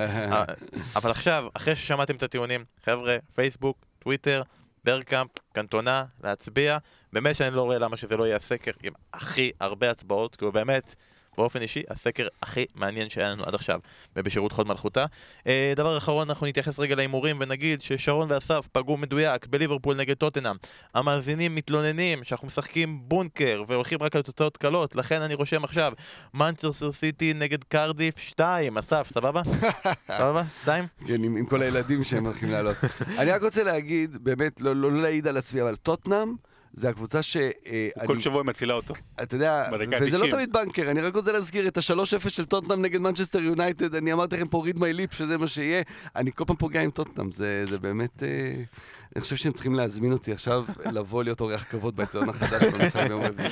אבל עכשיו, אחרי ששמעתם את הטיעונים, חבר'ה, פייסבוק, טוויטר, ברקאמפ, קנטונה, להצביע. באמת שאני לא רואה למה שזה לא יהיה הסקר עם הכי הרבה הצבעות, כי הוא באמת, באופן אישי, הסקר הכי מעניין שהיה לנו עד עכשיו, ובשירות חוד מלכותה. דבר אחרון, אנחנו נתייחס רגע להימורים ונגיד ששרון ואסף פגעו מדויק בליברפול נגד טוטנהאם. המאזינים מתלוננים שאנחנו משחקים בונקר והולכים רק על תוצאות קלות, לכן אני רושם עכשיו, מנצ'סטר סיטי נגד קרדיף 2. אסף, סבבה? סבבה? 2? כן, עם כל הילדים שהם הולכים לעלות. אני רק רוצה להגיד, באמת, לא להעיד על עצמי, אבל טוטנהאם זה הקבוצה כל שבוע היא מצילה אותו. אתה יודע, וזה לא תמיד בנקר, אני רק רוצה להזכיר את ה-3-0 של טוטנהאם נגד מנצ'סטר יונייטד, אני אמרתי לכם פה read my lips שזה מה שיהיה, אני כל פעם פוגע עם טוטנהאם, זה באמת, אני חושב שהם צריכים להזמין אותי עכשיו לבוא להיות אורח כבוד באצטדיון החדש במשחק ביום רביעי.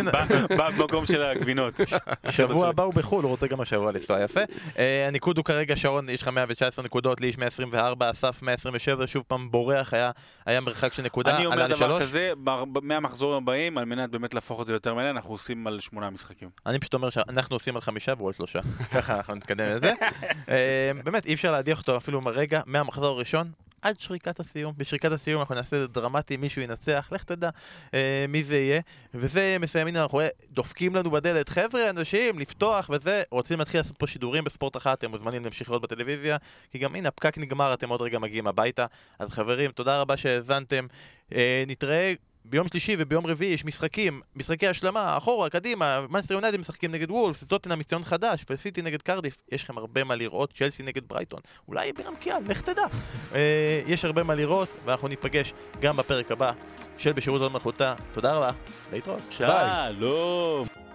במקום של הגבינות. שבוע הבא הוא בחו"ל, הוא רוצה גם השבוע לנסוע יפה. הניקוד הוא כרגע, שרון, יש לך 119 נקודות, לי יש 124, אסף 127, שוב פעם בורח, היה מרחק של נקודה. אני אומר דבר כזה, מהמחזורים הבאים, על מנת באמת להפוך את זה יותר מעניין, אנחנו עושים על 8 משחקים. אני פשוט אומר שאנחנו עושים על 5 והוא על 3. ככה אנחנו נתקדם לזה. באמת, אי אפשר להדיח אותו אפילו רגע מהמחזור הראשון עד שריקת הסיום. בשריקת הסיום אנחנו נעשה את זה דרמטי, מישהו ינצח, לך תדע מי זה יהיה. וזה מסיימים, אנחנו דופקים לנו בדלת, חבר'ה, אנשים, לפתוח וזה. רוצים להתחיל לעשות פה שידורים בספורט אחת, אתם מוזמנים להמשיך לראות בטלוויזיה, כי גם הנה, הפקק נגמר, אתם עוד רגע מגיעים הביתה. אז חברים, תודה רבה שהאזנתם. נתראה ביום שלישי וביום רביעי יש משחקי השלמה, אחורה, קדימה, מנצ'סטר יונייטד משחקים נגד וולף, טוטנהאם ניסיון חדש, סיטי נגד קרדיף, יש לכם הרבה מה לראות, צ'לסי נגד ברייטון, אולי בירם קיאל, לך תדע. יש הרבה מה לראות, ואנחנו ניפגש גם בפרק הבא של בשירות חוד מלכותה. תודה רבה, להתראות. שלום.